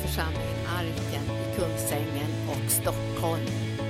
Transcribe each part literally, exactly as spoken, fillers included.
församling Arken i Kungsängen och Stockholm.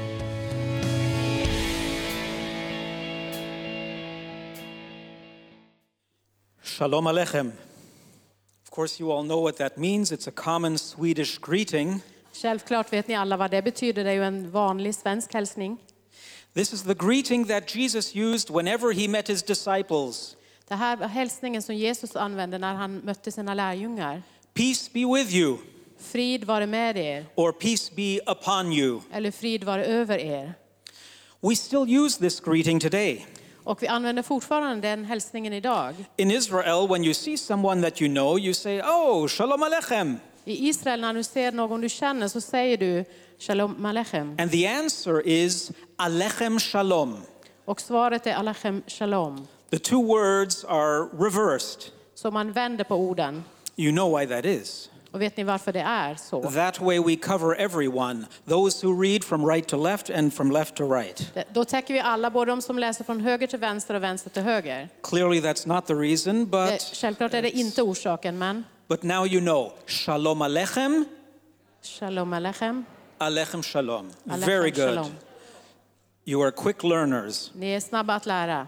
Shalom Aleichem. Of course you all know what that means. It's a common Swedish greeting. Självklart vet ni alla vad det betyder. Det är ju en vanlig svensk hälsning. This is the greeting that Jesus used whenever he met his disciples. Det här var hälsningen som Jesus använde när han mötte sina lärjungar. Peace be with you. Frid vare med er. Or peace be upon you. Eller frid vare över er. We still use this greeting today. Och vi använder fortfarande den hälsningen idag. In Israel, when you see someone that you know, you say, oh, Shalom Aleichem. I Israel när du ser någon du känner så säger du Shalom Aleichem. And the answer is Alechem Shalom. Och svaret är Alechem Shalom. The two words are reversed. Så man vänder på orden. You know why that is. Och vet ni varför det är så? That way we cover everyone, those who read from right to left and from left to right. Då täcker vi alla, både de som läser från höger till vänster och vänster till höger. Clearly that's not the reason, but Självklart är det inte orsaken, men but now you know. Shalom Aleichem. Shalom Aleichem. Alechem Shalom. Alechem Very good. Shalom. You are quick learners. Ni är snabba att lära.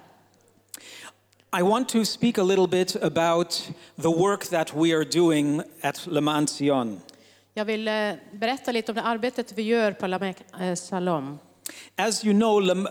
I want to speak a little bit about the work that we are doing at Lema'an Zion. Jag vill eh, berätta lite om det arbetet vi gör på Lema'an eh, Shalom. As you know, Lem-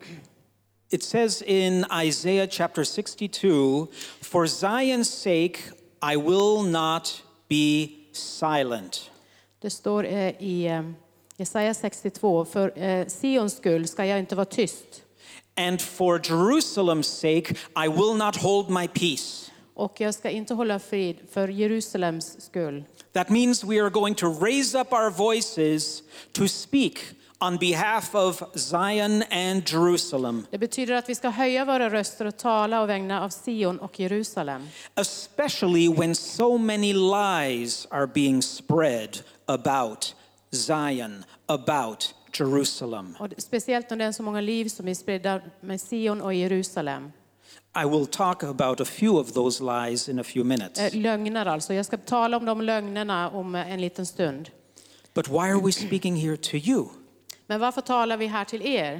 it says in Isaiah chapter sixty-two, for Zion's sake I will not be silent. Det står eh, i eh, Jesaja sextiotvå, för eh, Sions skull ska jag inte vara tyst. And for Jerusalem's sake I will not hold my peace. Och jag ska inte hålla frid för Jerusalems skull. That means we are going to raise up our voices to speak on behalf of Zion and Jerusalem. Det betyder att vi ska höja våra röster och tala och vägna av Sion och Jerusalem. Especially when so many lies are being spread about Zion, about Jerusalem. Och speciellt om det är så många liv som är spridda med Sion och Jerusalem. I will talk about a few of those lies in a few minutes. Lögner alltså. Jag ska tala om de lögnerna om en liten stund. But why are we speaking here to you? Men varför talar vi här till er?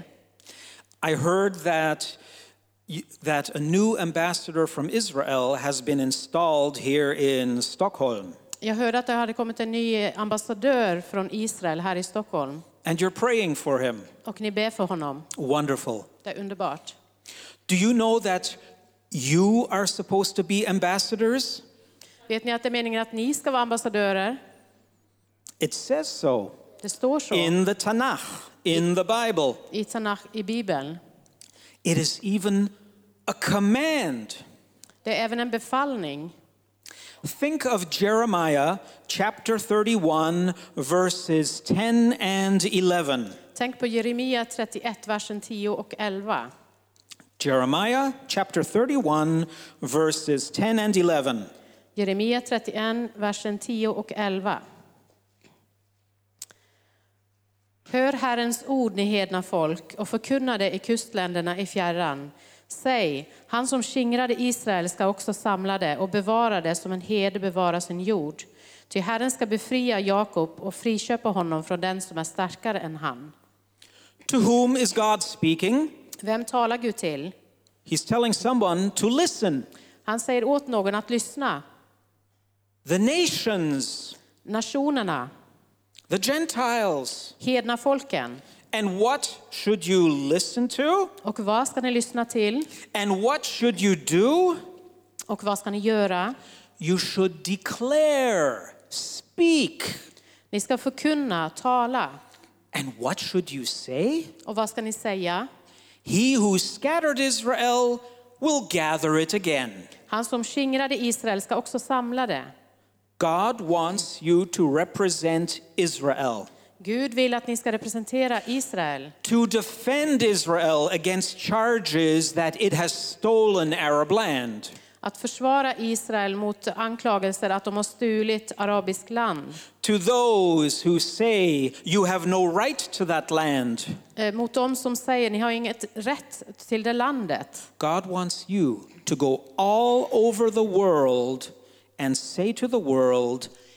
I heard that that a new ambassador from Israel has been installed here in Stockholm. Jag hörde att det hade kommit en ny ambassadör från Israel här i Stockholm. And you're praying for him. Och ni ber för honom. Wonderful. Det är underbart. Do you know that you are supposed to be ambassadors? Vet ni att det är meningen att ni ska vara ambassadörer? It says so. Det står så. In the Tanakh, in the Bible. I Tanakh, i Bibeln. It is even a command. Det är även en befallning. Think of Jeremiah chapter thirty-one verses ten and eleven. Tänk på Jeremia trettioett, versen tio och elva. Jeremiah chapter thirty-one verses ten and eleven. Jeremia trettioett, versen tio och elva. Hör Herrens ord, ni hedna folk, och förkunna det i kustländerna i fjärran. Säg, han som skingrade Israel ska också samla det och bevara det som en herde bevarar sin jord. Ty Herren ska befria Jakob och friköpa honom från den som är starkare än han. To whom is God speaking? Vem talar Gud till? He's telling someone to listen. Han säger åt någon att lyssna. The nations, Nationerna, the Gentiles. hedna folken. And what should you listen to? Och vad ska ni lyssna till? And what should you do? Och vad ska ni göra? You should declare, speak. Ni ska förkunna, tala. And what should you say? Och vad ska ni säga? He who scattered Israel will gather it again. Han som skingrade Israel ska också samla det. God wants you to represent Israel. Gud vill att ni ska representera Israel. To defend Israel against charges that it has stolen Arab land. Att försvara Israel mot anklagelser att de har stulit arabisk land. To those who say you have no right to that land. Eh, mot dem som säger ni har inget rätt till det landet. God wants you to go all over the world and say to the world,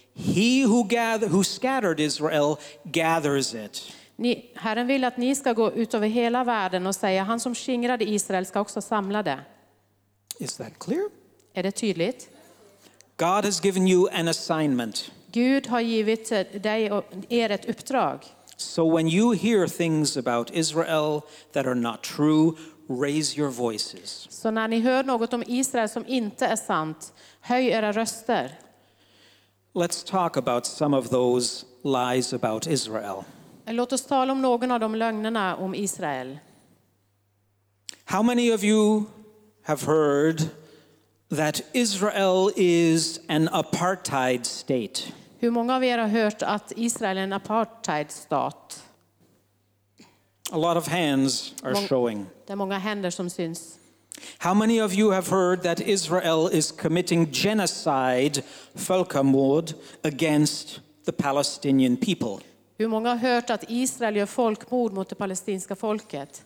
He who, gather, who scattered Israel gathers it. Ni, Herren vill att ni ska gå ut över hela världen och säga, han som skingrade Israel ska också samla det. Is that clear? Är det tydligt? God has given you an assignment. Gud har givit dig och er ett uppdrag. So when you hear things about Israel that are not true, raise your voices. Så när ni hör något om Israel som inte är sant, höj era röster. Let's talk about some of those lies about Israel. Låt oss tala om någon av de lögnerna om Israel. How many of you have heard that Israel is an apartheid state? Hur många av er har hört att Israel är en apartheidstat? A lot of hands are Mång- showing. Det är många händer som syns. How many of you have heard that Israel is committing genocide, folkmord, against the Palestinian people? Hur många har hört att Israel gör folkmord mot det palestinska folket?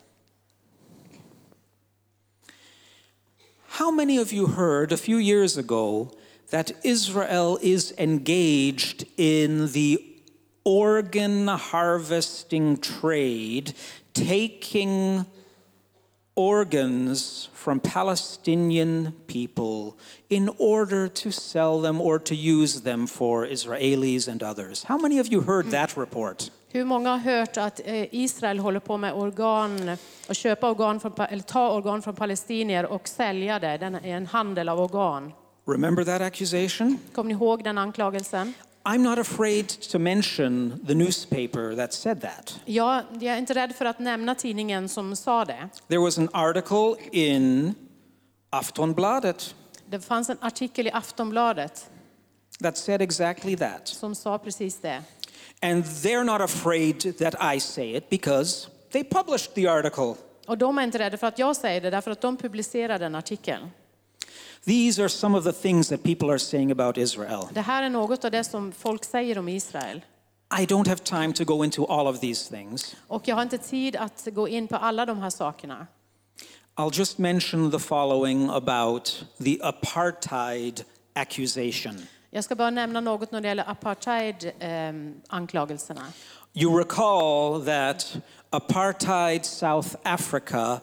How many of you heard a few years ago that Israel is engaged in the organ harvesting trade, taking organs from Palestinian people in order to sell them or to use them for Israelis and others? How many of you heard that report? Hur många har hört att Israel håller på med organ och köpa organ från, eller ta organ från palestinier och sälja det? Den är en handel av organ. Remember that accusation? Kommer ni ihåg den anklagelsen? I'm not afraid to mention the newspaper that said that. Ja, jag är inte rädd för att nämna tidningen som sa det. There was an article in Aftonbladet Det fanns en artikel i Aftonbladet that said exactly that. som sa precis det. And they're not afraid that I say it because they published the article. Och de är inte rädda för att jag säger det, därför att de publicerade en artikel. These are some of the things that people are saying about Israel. Det här är något av det som folk säger om Israel. I don't have time to go into all of these things. Och jag har inte tid att gå in på alla de här sakerna. I'll just mention the following about the apartheid accusation. Jag ska bara nämna något när det gäller apartheid-anklagelserna. You recall that apartheid South Africa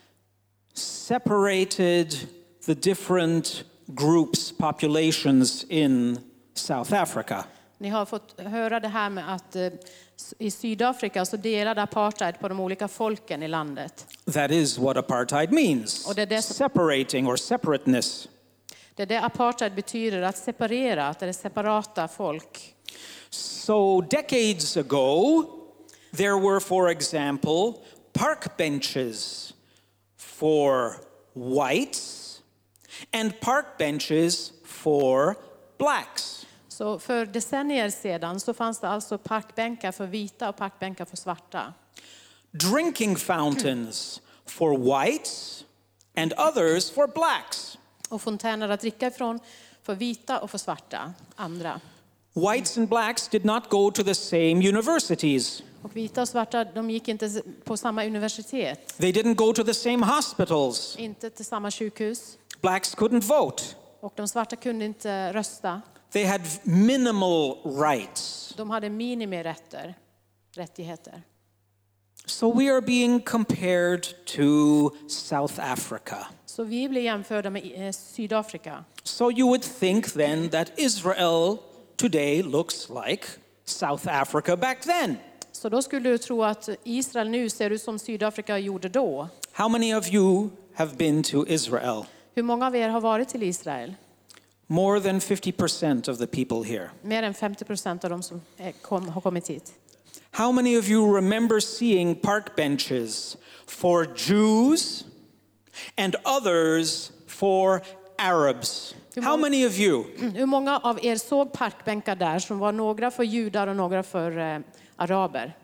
separated the different groups, populations in South Africa. Ni har fått höra det här med att eh, i Sydafrika så delade apartheid på de olika folken i landet. That is what apartheid means. Och det är det som- Separating or separateness. Det är det apartheid betyder, att separera, att det är separata folk. So decades ago, there were, for example, park benches for whites and park benches for blacks. Så för decennier sedan så fanns det alltså parkbänkar för vita och parkbänkar för svarta. Drinking fountains for whites and others for blacks. Och fontäner att dricka ifrån för vita och för svarta, andra. Whites and blacks did not go to the same universities. Och vita och svarta, de gick inte på samma universitet, They didn't go to the same hospitals. inte till samma sjukhus. Blacks couldn't vote. Och de svarta kunde inte rösta. They had minimal rights. De hade minimirätter, rättigheter. So we are being compared to South Africa. Så vi blir jämförda med eh, Sydafrika. So you would think then that Israel today looks like South Africa back then. Så då skulle du tro att Israel nu ser ut som Sydafrika gjorde då. How many of you have been to Israel? Hur många av er har varit till Israel? More than fifty percent of the people here. Mer än femtio procent av de som är, kom, har kommit hit. How many of you remember seeing park benches for Jews and others for Arabs? How many of you? Hur många av er såg parkbänkar där som var några för judar och några för eh, araber?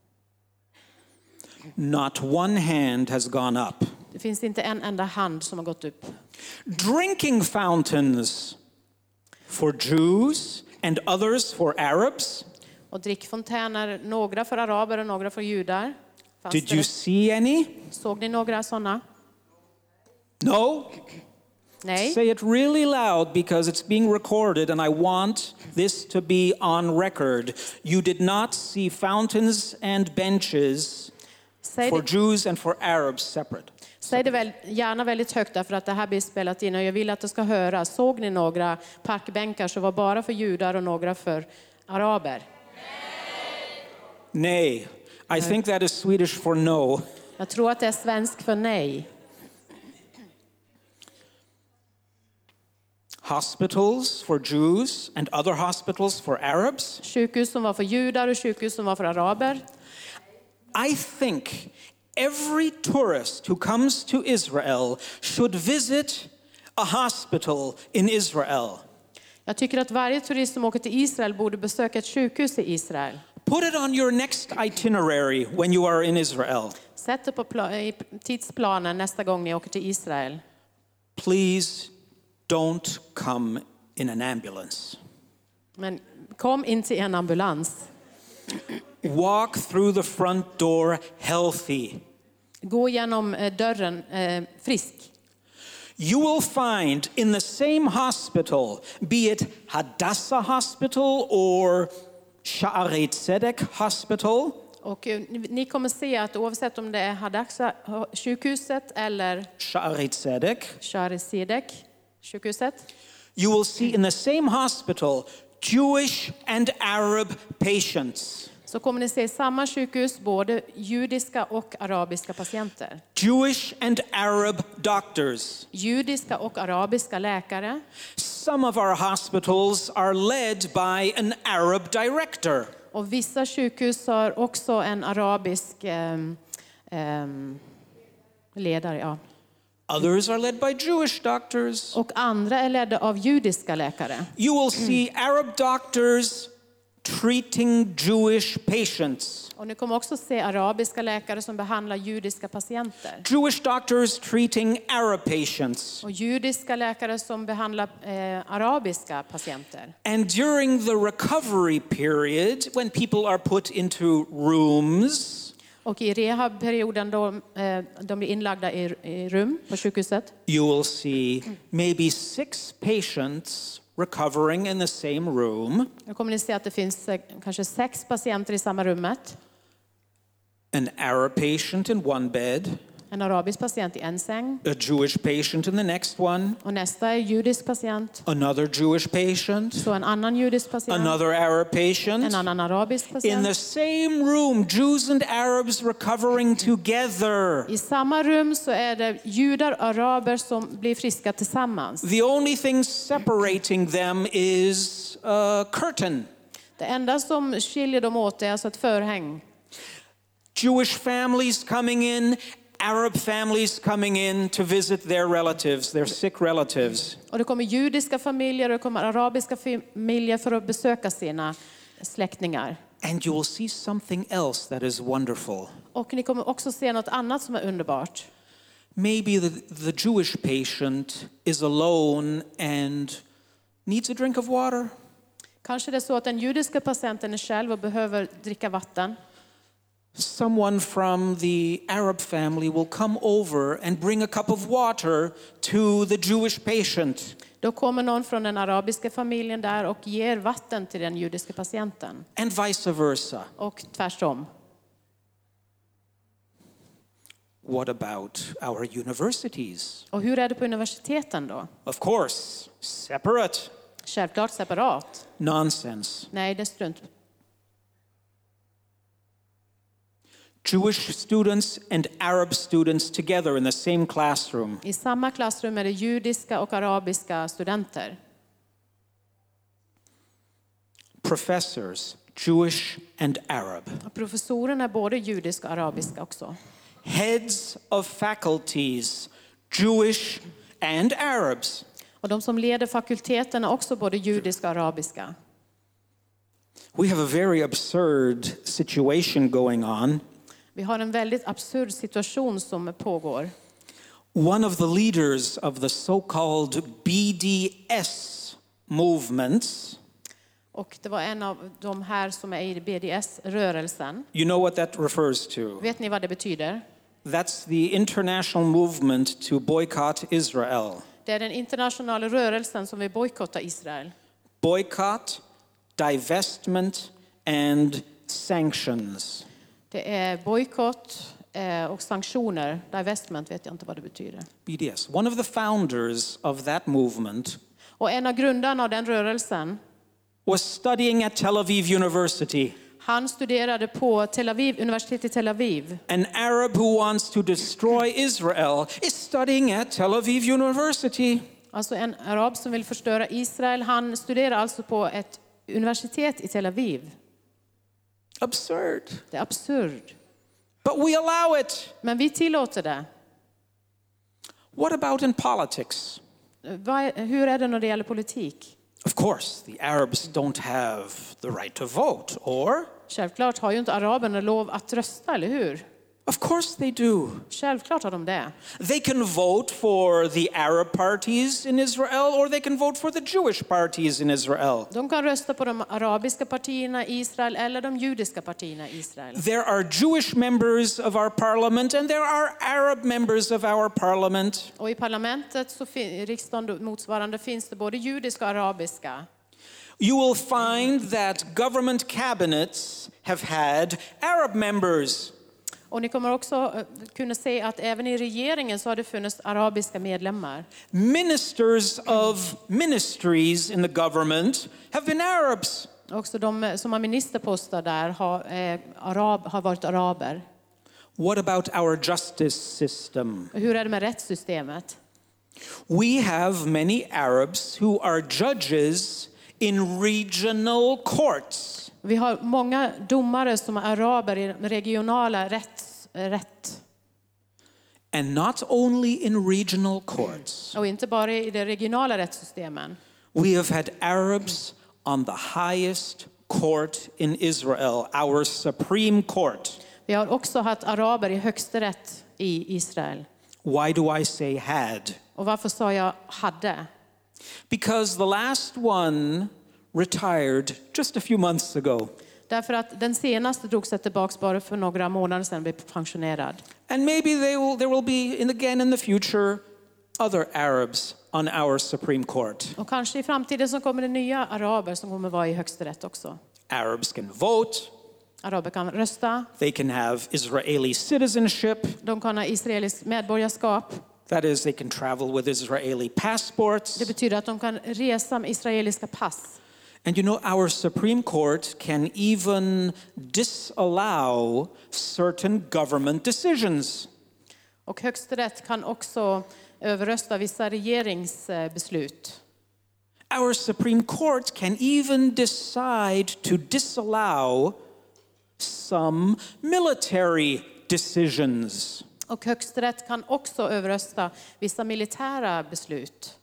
Not one hand has gone up. Det finns inte en enda hand som har gått upp. Drinking fountains for Jews and others for Arabs. Och drickfontäner, några för araber och några för judar. Fanns Did det? you see any? Såg ni några sådana? No? Nej. Say it really loud because it's being recorded and I want this to be on record. You did not see fountains and benches Säg for det, Jews and for Arabs separate. säg det väl, gärna väldigt högt därför att det här blir spelat in och jag vill att det ska höras. Såg ni några parkbänkar som var bara för judar och några för araber? Nay. I think that is Swedish for no. Jag tror att det är svensk för nej. Hospitals for Jews and other hospitals for Arabs. Sjukhus som var för judar och sjukhus som var för araber. I think every tourist who comes to Israel should visit a hospital in Israel. Jag tycker att varje turist som åker till Israel borde besöka ett sjukhus i Israel. Put it on your next itinerary when you are in Israel. Sätt det på pla- i tidsplanen nästa gång ni åker till Israel. Please don't come in an ambulance. Men kom inte i en ambulans. Walk through the front door healthy. Gå genom eh, dörren eh, frisk. You will find in the same hospital, be it Hadassah Hospital or Sha'arei Tzedek Hospital, Och eh, ni ni kommer se att oavsett om det är Hadassah sjukhuset eller Sha'arei Tzedek, Shari Sidek sjukhuset, you will see in the same hospital Jewish and Arab patients. så kommer ni se i samma sjukhus både judiska och arabiska patienter. Jewish and Arab doctors. Judiska och arabiska läkare. Some of our hospitals are led by an Arab director. Och vissa sjukhus har också en arabisk ehm, ehm, ledare. Ja. Others are led by Jewish doctors. Och andra är ledda av judiska läkare. You will see Arab doctors treating Jewish patients. Och ni kommer också se arabiska läkare som behandlar judiska patienter. Jewish doctors treating Arab patients. Och judiska läkare som behandlar eh, arabiska patienter. And during the recovery period, when people are put into rooms, Och i rehabperioden då eh, de blir inlagda i, i rum på sjukhuset. you will see maybe six patients recovering in the same room. Då kommer ni se att det finns eh, kanske sex patienter i samma rummet. An Arab patient in one bed, En arabisk patient i en säng. a Jewish patient in the next one, Och nästa är judisk patient. another Jewish patient, Så en annan judisk patient. another Arab patient. En annan arabisk In patient. the same room, Jews and Arabs recovering together. I samma rum så är det judar och araber som blir friska tillsammans. The only thing separating them is a curtain. Det enda som skiljer dem åt är alltså ett förhäng. Jewish families coming in, Arab families coming in to visit their relatives, their sick relatives. Och det kommer judiska familjer och det kommer arabiska familjer för att besöka sina släktingar. And you will see something else that is wonderful. Och ni kommer också se något annat som är underbart. Maybe the, the Jewish patient is alone and needs a drink of water. Kanske det är så att den judiska patienten är själv och behöver dricka vatten. Someone from the Arab family will come over and bring a cup of water to the Jewish patient. Då kommer någon från den arabiska familjen där och ger vatten till den judiska patienten. And vice versa. Och tvärtom. What about our universities? Och hur är det på universiteten då? Of course, separate. Självklart separat. Nonsense. Nej, det är strunt. Jewish students and Arab students together in the same classroom. I samma klassrum är det judiska och arabiska studenter. Professors, Jewish and Arab. Och professorerna är både judiska och arabiska också. Heads of faculties, Jewish and Arabs. Och de som leder fakulteten är också både judiska och arabiska. We have a very absurd situation going on. Vi har en väldigt absurd situation som pågår. One of the leaders of the so-called B D S movements. Och det var en av de här som är i B D S-rörelsen. You know what that refers to? Vet ni vad det betyder? That's the international movement to boycott Israel. Det är den internationella rörelsen som vill bojkotta Israel. Boycott, divestment, and sanctions. Det är bojkott eh, och sanktioner. Divestment vet jag inte vad det betyder. B D S. One of the founders of that movement Och en av grundarna av den rörelsen, was studying at Tel Aviv University. han studerade på Tel Aviv, universitetet i Tel Aviv. An Arab who wants to destroy Israel is studying at Tel Aviv University. Alltså en arab som vill förstöra Israel, han studerar alltså på ett universitet i Tel Aviv. Absurd. Det är absurd. But we allow it. Men vi tillåter det. What about in politics? Vad- Hur är det när det gäller politik? Of course, the Arabs don't have the right to vote, or? Självklart har ju inte araberna lov att rösta, eller hur? Of course they do. Självklart har de det. They can vote for the Arab parties in Israel, or they can vote for the Jewish parties in Israel. De kan rösta på de arabiska partierna i Israel eller de judiska partierna i Israel. There are Jewish members of our parliament, and there are Arab members of our parliament. Och i parlamentet, så fin- i riksdagen motsvarande, finns det både judiska och arabiska. You will find that government cabinets have had Arab members. Och ni kommer också eh, kunna se att även i regeringen så har det funnits arabiska medlemmar. Ministers of ministries in the government have been Arabs. Också de som har ministerposter där har, eh, arab, har varit araber. What about our justice system? Och hur är det med rättssystemet? We have many Arabs who are judges in regional courts. Vi har många domare som är araber i regionala rätts, rätt. And not only in regional courts. Och inte bara i de regionala rättssystemen. We have had Arabs on the highest court in Israel, our Supreme Court. Vi har också haft araber i högsta rätt i Israel. Why do I say had? Och varför sa jag hade? Because the last one retired just a few months ago. Därför att den senaste drog sig tillbaka bara för några månader sedan, blev pensionerad. And maybe they will, there will be, in, again in the future, other Arabs on our Supreme Court. Och kanske i framtiden så kommer det nya araber som kommer vara i högsta rätt också. Arabs can vote. Araber kan rösta. They can have Israeli citizenship. De kan ha israeliskt medborgarskap. That is, they can travel with Israeli passports. Det betyder att de kan resa med israeliska pass. And you know, our Supreme Court can even disallow certain government decisions. Och högsta rätt kan också överrösta vissa regeringsbeslut. Our Supreme Court can even decide to disallow some military decisions. Och högsta rätt kan också överrösta vissa militära beslut.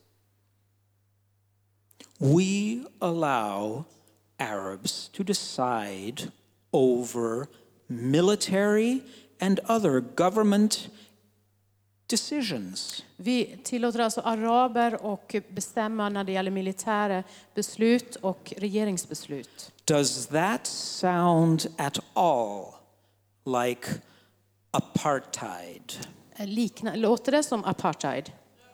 We allow Arabs to decide over military and other government decisions. Vi tillåter alltså araber och bestämma när det gäller militära beslut och regeringsbeslut. Does that sound at all like apartheid? Likna, låter det som apartheid?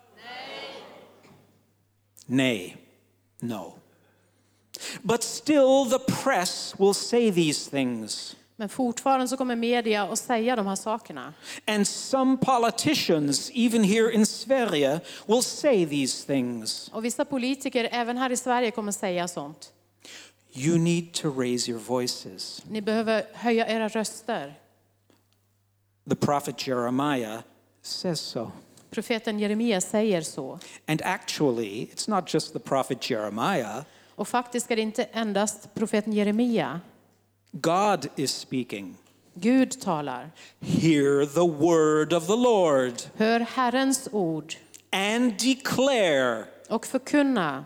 Nay, no. But still the press will say these things. Men fortfarande så kommer media att säga de här sakerna. And some politicians, even here in Sverige, will say these things. Och vissa politiker, även här i Sverige, kommer säga sånt. You need to raise your voices. Ni behöver höja era röster. The prophet Jeremiah says so. Profeten Jeremia säger så. And actually, it's not just the prophet Jeremiah. Och faktiskt är det inte endast profeten Jeremia. God is speaking. Gud talar. Hear the word of the Lord. Hör Herrens ord. And declare. Och förkunna.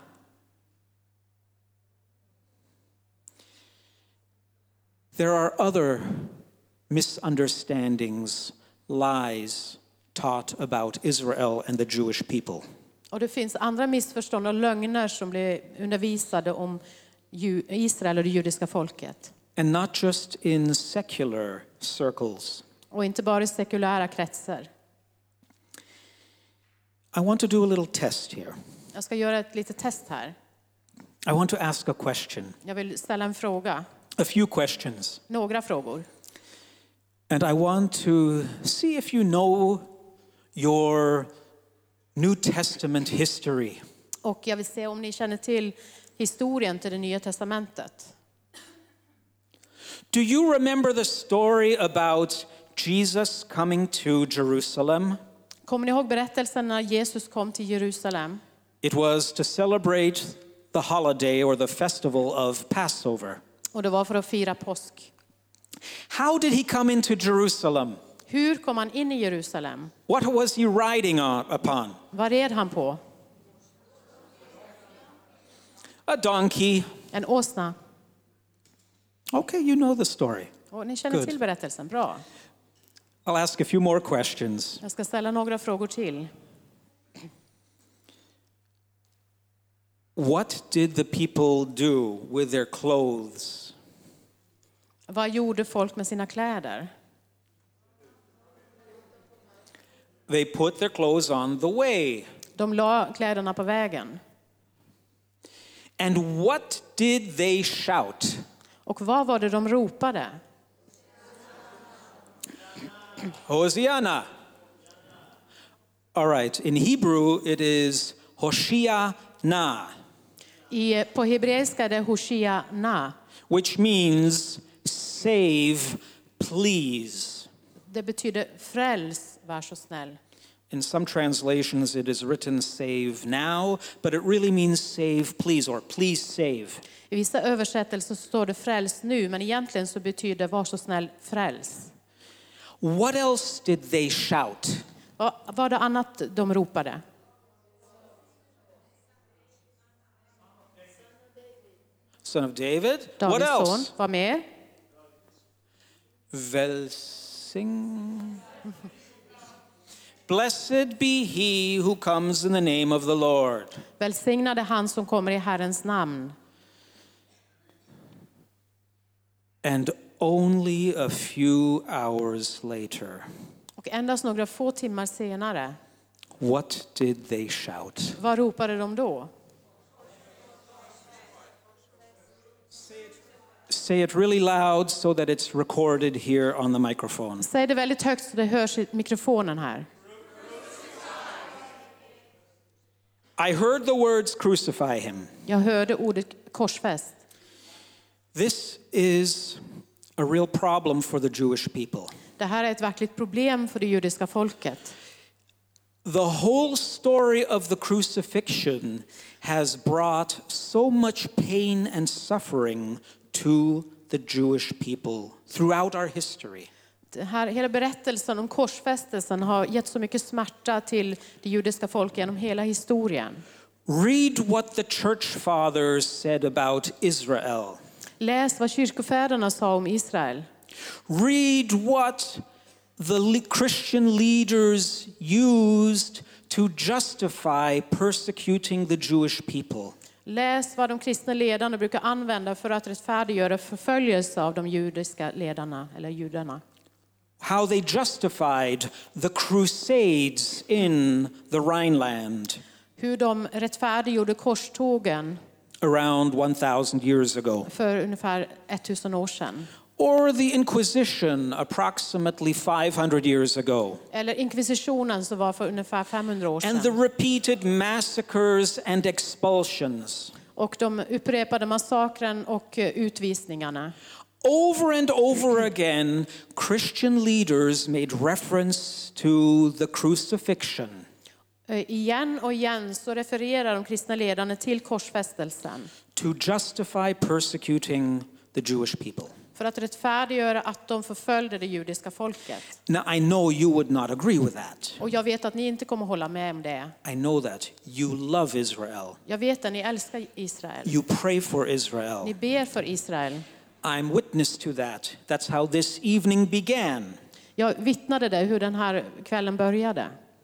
There are other misunderstandings, lies taught about Israel and the Jewish people. Och det finns andra missförstånd och lögner som blir undervisade om Israel och det judiska folket. And not just in secular circles. Och inte bara i sekulära kretsar. I want to do a little test here. Jag ska göra ett litet test här. I want to ask a question, Jag vill ställa en fråga. a few questions. Några frågor. And I want to see if you know your New Testament history. Och jag vill se om ni känner till historien till det Nya testamentet. Do you remember the story about Jesus coming to Jerusalem? Kommer ni ihåg berättelsen när Jesus kom till Jerusalem? It was to celebrate the holiday or the festival of Passover. Och det var för att fira påsk. How did he come into Jerusalem? Hur kom han in i Jerusalem? What was he riding on, upon? Vad red han på? A donkey. En åsna. Okay, you know the story. Och ni känner Good. till berättelsen. Bra. I'll ask a few more questions. Jag ska ställa några frågor till. What did the people do with their clothes? Vad gjorde folk med sina kläder? They put their clothes on the way. De la kläderna på vägen. And what did they shout? Och vad var det de ropade? Hosiana. All right, in Hebrew it is Hoshiana, I, på hebreiska är det Hoshiana. which means save, please. Det betyder fräls, var så snäll. In some translations it is written save now, but it really means save, please, or please save. I vissa översättelser står det fräls nu, men egentligen så betyder det var så snäll fräls. What else did they shout? Vad var det annat de ropade? Son of David? What Davids son. else? Vad mer? Välsign. Blessed be he who comes in the name of the Lord. Välsignade han som kommer i Herrens namn. And only a few hours later, Och endast några få timmar senare, what did they shout? vad ropade de då? Say it really loud so that it's recorded here on the microphone. Säg det väldigt högt så det hörs i mikrofonen här. I heard the words crucify him. Jag hörde ordet korsfäst. This is a real problem for the Jewish people. Det här är ett verkligt problem för det judiska folket. The whole story of the crucifixion has brought so much pain and suffering to the Jewish people throughout our history. Det här, hela berättelsen om korsfästelsen har gett så mycket smärta till det judiska folket genom hela historien. Read what the church fathers said about Israel. Läs vad kyrkofäderna sa om Israel. Read what the Christian leaders used to justify persecuting the Jewish people. Läs vad de kristna ledarna brukar använda för att rättfärdiggöra förföljelse av de judiska ledarna eller judarna. How they justified the crusades in the Rhineland Hur de rättfärdiggjorde korstågen around one thousand years ago. för ungefär tusen år sedan. Or the Inquisition approximately five hundred years ago. Eller inkvisitionen som var för ungefär femhundra år And the sedan. repeated massacres and expulsions. Och de upprepade massakren och eh, utvisningarna. Over and over again, Christian leaders made reference to the crucifixion. Eh, Igen och igen så refererar de kristna ledarna till korsfästelsen. To justify persecuting the Jewish people. För att rättfärdiggöra att de förföljde det judiska folket. Now, I know you would not agree with that. Och jag vet att ni inte kommer hålla med om det. I know that. You love Israel. Jag vet att ni älskar Israel. You pray for Ni Israel. ber för Israel. I'm witness to that. That's how this evening began. Jag vittnade det hur den här kvällen började.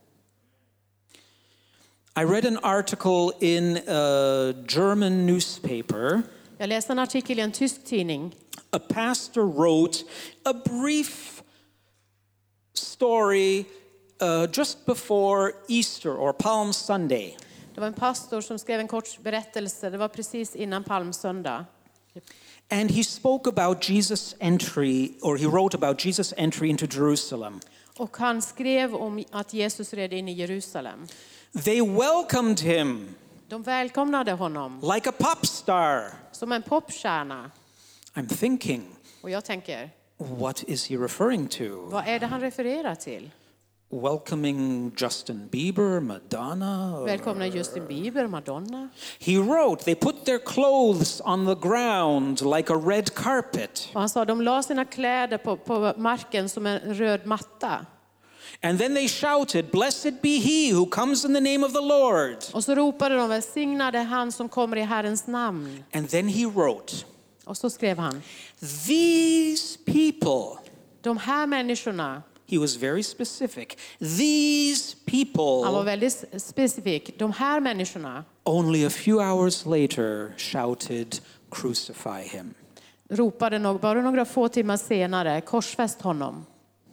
I read an article in a German newspaper. Jag läste en artikel i en tysk tidning. A pastor wrote a brief story uh, just before Easter or Palm Sunday. Det var en pastor som skrev en kort berättelse. Det var precis innan palmsöndag. And he spoke about Jesus' entry, or he wrote about Jesus' entry into Jerusalem. Och han skrev om att Jesus red in i Jerusalem. They welcomed him De välkomnade honom like a pop star. som en popstjärna. I'm thinking, Och jag tänker, what is he referring to? vad är det han refererar till? Welcoming Justin Bieber, Madonna? or- Välkomna Justin Bieber, Madonna. He wrote, they put their clothes on the ground like a red carpet. Och han sa, de la sina kläder på, på marken som en röd matta. And then they shouted, blessed be he who comes in the name of the Lord. Och så ropade de, välsignade han som kommer i Herrens namn. And then he wrote, Och så skrev han, these people, de här människorna, he was very specific, these han var people väldigt specifik, de här människorna only a few hours later shouted, crucify him. ropade nog, bara några få timmar senare, korsfäst honom.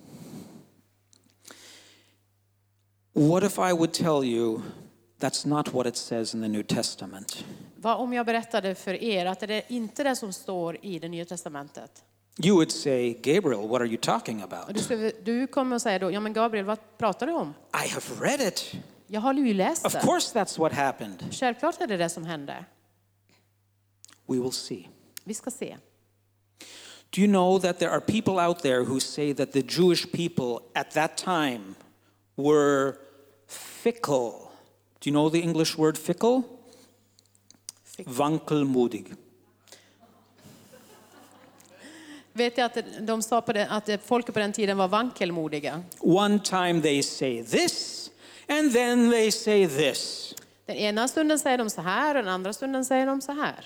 What if I would tell you that's not what it says in the New Testament? Vad om jag berättade för er att det är inte det som står i det nya testamentet? You would say, Gabriel, what are you talking Och about? du, skulle, du kommer att säga då, ja men Gabriel, vad pratar du om? I have read it. Jag har ju läst Of det. course that's what happened. Självklart är det det som hände. We will see. Vi ska se. Do you know that there are people out there who say that the Jewish people at that time were fickle? Do you know the English word fickle? Vankelmodig. Vet jag att de sa på det, att folk på den tiden var vankelmodiga. One time they say this, and then they say this. Den ena stunden säger de så här och den andra stunden säger de så här.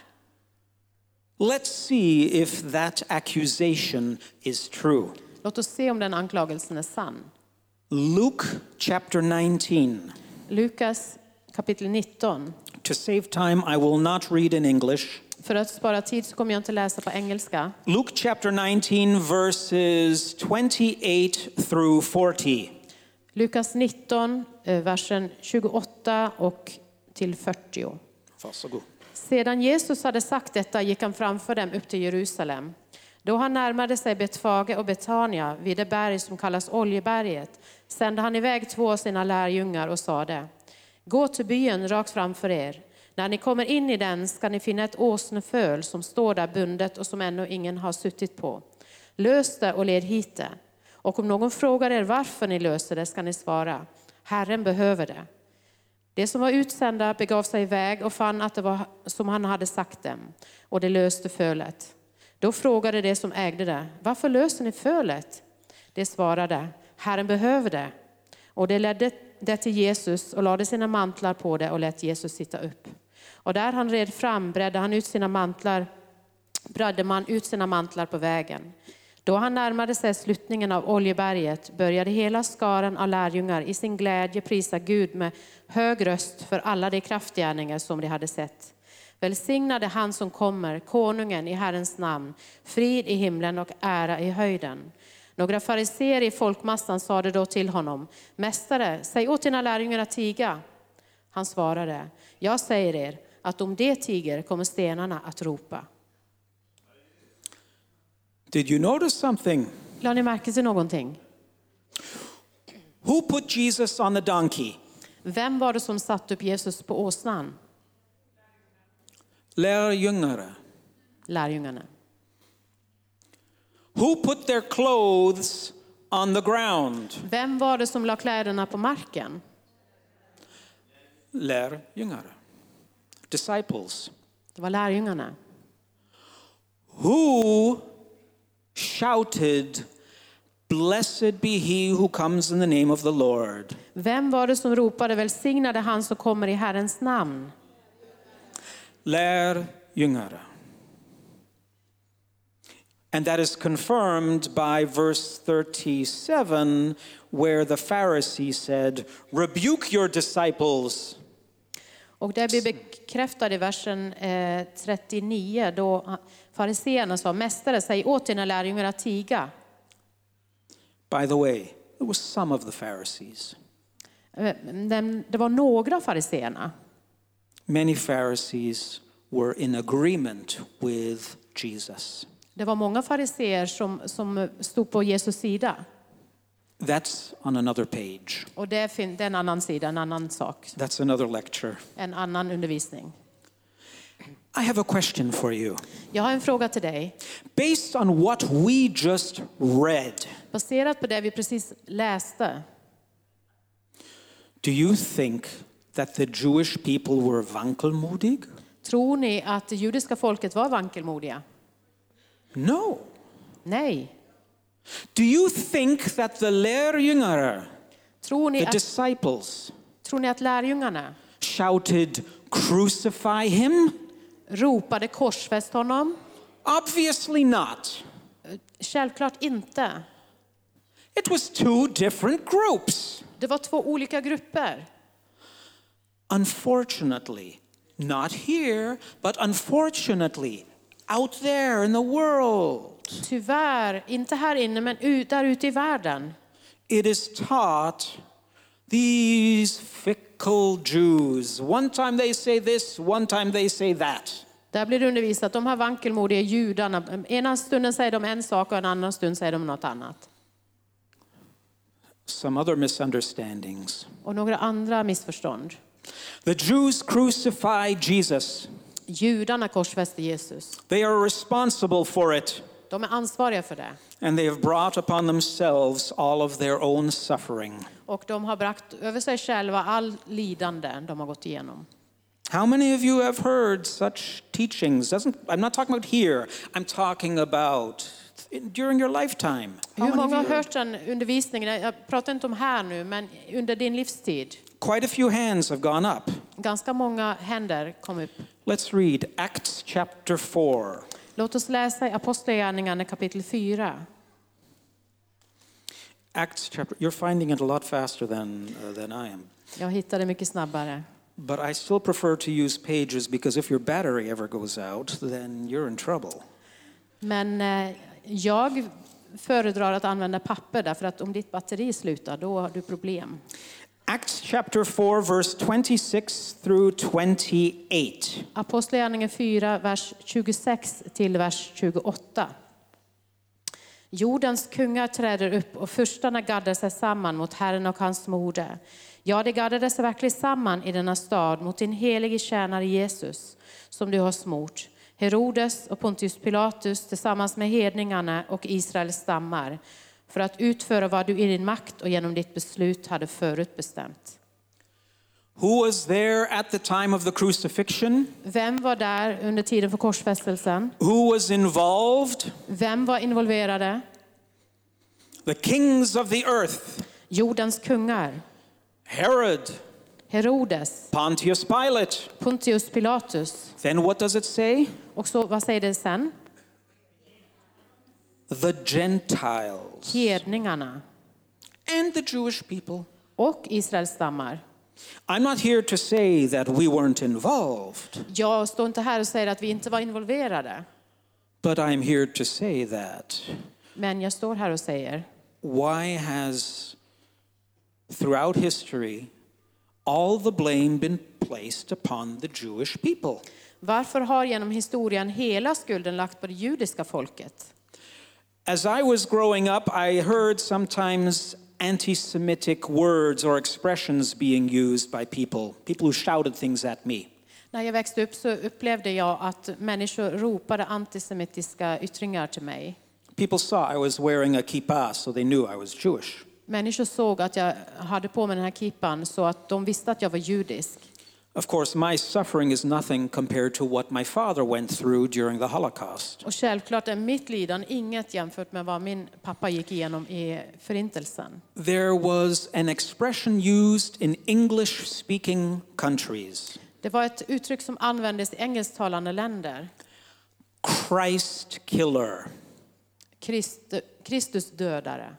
Let's see if that accusation is true. Låt oss se om den anklagelsen är sann. Luke chapter nineteen. Lukas kapitel nitton. To save time, I will not read in English. För att spara tid så kommer jag inte läsa på engelska. Luke chapter nineteen, verses twenty-eight through forty. Lukas nitton, eh, versen tjugoåtta och till fyrtio. Varsågod. Sedan Jesus hade sagt detta gick han framför dem upp till Jerusalem. Då han närmade sig Betfage och Betania vid det berg som kallas Oljeberget sände han iväg två av sina lärjungar och sade: gå till byn rakt framför er. När ni kommer in i den ska ni finna ett åsneföl som står där bundet och som ännu ingen har suttit på. Lös det och led hit det. Och om någon frågar er varför ni löser det ska ni svara: Herren behöver det. De som var utsända begav sig iväg och fann att det var som han hade sagt dem. Och det löste fölet. Då frågade de som ägde det: varför löser ni fölet? De svarade: Herren behöver det. Och de ledde det till Jesus och lade sina mantlar på det och lät Jesus sitta upp. Och där han red fram bredde han ut sina mantlar, bredde man ut sina mantlar på vägen. Då han närmade sig sluttningen av Oljeberget började hela skaran av lärjungar i sin glädje prisa Gud med hög röst för alla de kraftgärningar som de hade sett. Välsignade han som kommer, konungen i Herrens namn, frid i himlen och ära i höjden. Några fariseer i folkmassan sade då till honom: Mästare, säg åt dina lärjungar att tiga. Han svarade: jag säger er att om det tiger kommer stenarna att ropa. Did you notice something? Lade ni märke till någonting? Who put Jesus on the donkey? Vem var det som satt upp Jesus på åsnan? Lärjungarna. Lärjungarna. Who put their clothes on the ground? Vem var det som la kläderna på marken? Lärjungarna. Disciples. Det var lärjungarna. Who shouted, blessed be he who comes in the name of the Lord? Vem var det som ropade: välsignade han som kommer i Herrens namn? Lärjungarna. And that is confirmed by verse thirty-seven, where the Pharisee said, rebuke your disciples. Och det blir bekräftat i versen eh, trettionio då fariseerna sa: mästare, säg åt dina lärjungar att tiga. By the way, It was some of the Pharisees. Det var några av fariseerna. Many Pharisees were in agreement with Jesus. Det var många fariseer som, som stod på Jesus sida. That's on another page. Och det, fin- det är en annan sida, en annan sak. That's another lecture. En annan undervisning. I have a question for you. Jag har en fråga till dig. Based on what we just read, Baserat på det vi precis läste. do you think that the Jewish people were vankelmodig? Tror ni att det judiska folket var vankelmodiga? No. Nej. Do you think that the lärjungar, Tror ni the att, disciples, tror ni att lärjungarna shouted, "Crucify him"? ropade korsfäst honom? Obviously not. Självklart inte. It was two different groups. Det var två olika grupper. Unfortunately, not here, but unfortunately, out there in the world, Tyvärr, inte här inne men ut, där ute i världen. it is taught these fickle Jews. One time they say this, one time they say that. Där blir det undervisat, de här vankelmodiga judarna. Ena stunden säger de en sak och en annan stund säger de något annat. Some other misunderstandings. Och några andra missförstånd. The Jews crucified Jesus. Judarna korsfäste Jesus. They are responsible for it, De är ansvariga för det. and they have brought upon themselves all of their own suffering. Och de har bragt över sig själva all lidande de har gått igenom. How many of you have heard such teachings? Doesn't, I'm not talking about here. I'm talking about during your lifetime. How Hur many många of har you? hört den undervisningen? Jag pratar inte om här nu, men under din livstid. Quite a few hands have gone up. Ganska många händer kom upp. Let's read Acts chapter four. Låt oss läsa i Apostlagärningarna kapitel fyra. Acts chapter. You're finding it a lot faster than uh, than I am. Jag hittade mycket snabbare. But I still prefer to use pages because if your battery ever goes out, then you're in trouble. Men eh, jag föredrar att använda papper därför att om ditt batteri slutar då har du problem. Acts chapter four, verse twenty-six through twenty-eight. Apostlagärningarna fyra, vers tjugosex till vers tjugoåtta. Jordens kungar träder upp och förstarna gaddar sig samman mot Herren och hans moder. Ja, de gaddade sig verkligen samman i denna stad mot din helige tjänare Jesus, som du har smort. Herodes och Pontius Pilatus tillsammans med hedningarna och Israels stammar, för att utföra vad du i din makt och genom ditt beslut hade förutbestämt. Who was there at the time of the crucifixion? Vem var där under tiden för korsfästelsen? Who was involved? Vem var involverade? The kings of the earth. Jordens kungar. Herod, Herodes, Pontius Pilate. Pontius Pilatus. Then what does it say? Och så, vad säger det sen? The Gentiles Hedningarna and the Jewish people. och Israels stammar. I'm not here to say that we weren't involved, Jag står inte här och säger att vi inte var involverade. but I'm here to say that Men jag står här och säger, why has throughout history all the blame been placed upon the Jewish people? varför har genom historien hela skulden lagt på det judiska folket? As I was growing up, I heard sometimes anti-Semitic words or expressions being used by people, people who shouted things at me. När jag växte upp så upplevde jag att människor ropade antisemitiska yttringar till mig. People saw I was wearing a kippah, so they knew I was Jewish. Människor såg att jag hade på mig den här kippan så att de visste att jag var judisk. Of course, my suffering is nothing compared to what my father went through during the Holocaust. Och självklart är mitt lidande inget jämfört med vad min pappa gick igenom i förintelsen. There was an expression used in English-speaking countries. Det var ett uttryck som användes i engelsktalande länder. Christ killer. Christ, Kristus dödare.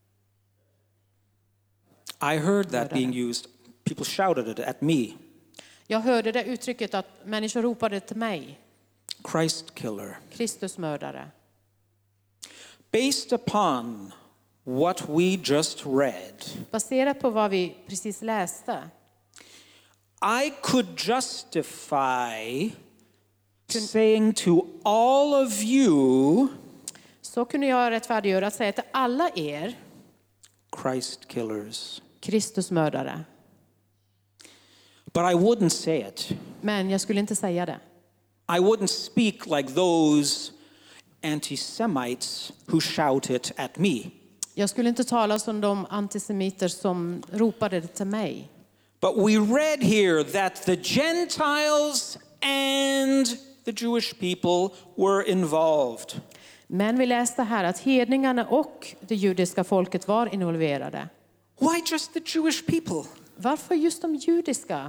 I heard that being used. People shouted it at me. Jag hörde det uttrycket att människor ropade till mig. Christ killer. Kristus mördare. Based upon what we just read, baserat på vad vi precis läste, I could justify saying to all of you, så kunde jag rättfärdiggöra att säga till alla er, Christ killers. Kristusmördare. But I wouldn't say it. Men jag skulle inte säga det. I wouldn't speak like those anti-Semites who shout it at me. Jag skulle inte tala som de antisemiter som ropade det till mig. But we read here that the Gentiles and the Jewish people were involved. Men vi läste här att hedningarna och det judiska folket var involverade. Why just the Jewish people? Varför just de judiska?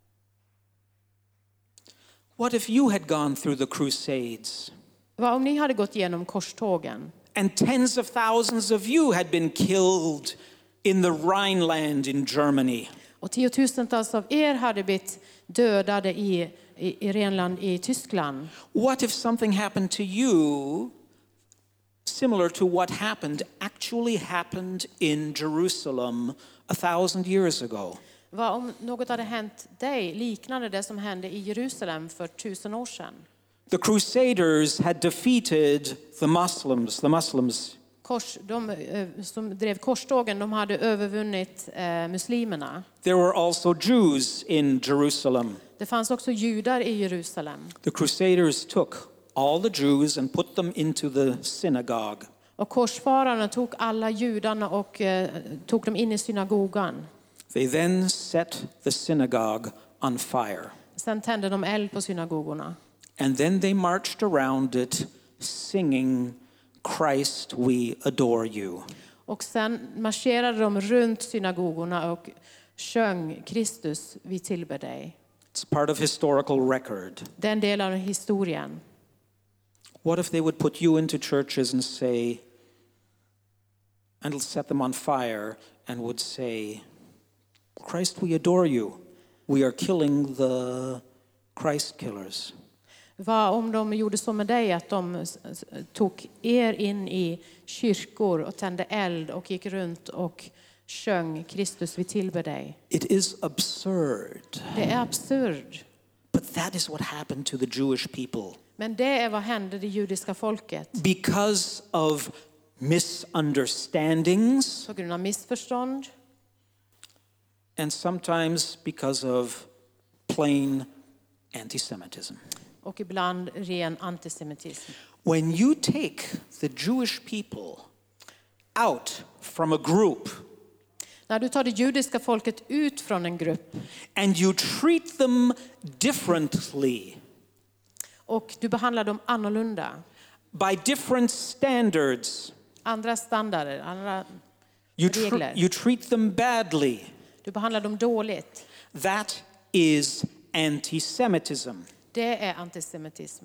What if you had gone through the Crusades Vad om ni hade gått igenom korstågen and tens of thousands of you had been killed in the Rhineland in Germany? och tiotusentals av er hade blivit dödade i, i, i Rhenland i Tyskland? What if something happened to you similar to what happened actually happened in Jerusalem a thousand years ago? Vad om något hade hänt dig liknande det som hände i Jerusalem för tusen år sedan? The Crusaders had defeated the Muslims, the Muslims. Kors, de eh, som drev korstågen, de hade övervunnit eh, muslimerna. There were also Jews in Jerusalem. Det fanns också judar i Jerusalem. The Crusaders took all the Jews and put them into the synagogue. Och korsfararna tog alla judarna och eh, tog dem in i synagogan. They then set the synagogue on fire. Sen tände de eld på synagogorna. And then they marched around it singing, Christ we adore you. Och sen marscherade de runt synagogorna och sjöng Kristus, vi tillber dig. It's part of historical record. Den delen av historien. What if they would put you into churches and say, and set them on fire and would say, Christ we adore you. We are killing the Christ killers. Vad om de gjorde så med dig att de tog er in i kyrkor och tände eld och gick runt och sjöng Kristus, vi tillber dig? It is absurd. Det är absurd. But that is what happened to the Jewish people. Men det är vad hände det judiska folket. Because of misunderstandings På grund av missförstånd. and sometimes because of plain anti-Semitism. Och ibland ren antisemitism. When you take the Jewish people out from a group När du tar det judiska folket ut från en grupp and you treat them differently och du behandlar dem annorlunda, by different standards, andra standarder, andra you, tr- regler, you treat them badly, du behandlar dem dåligt, that is anti-Semitism. det är antisemitism.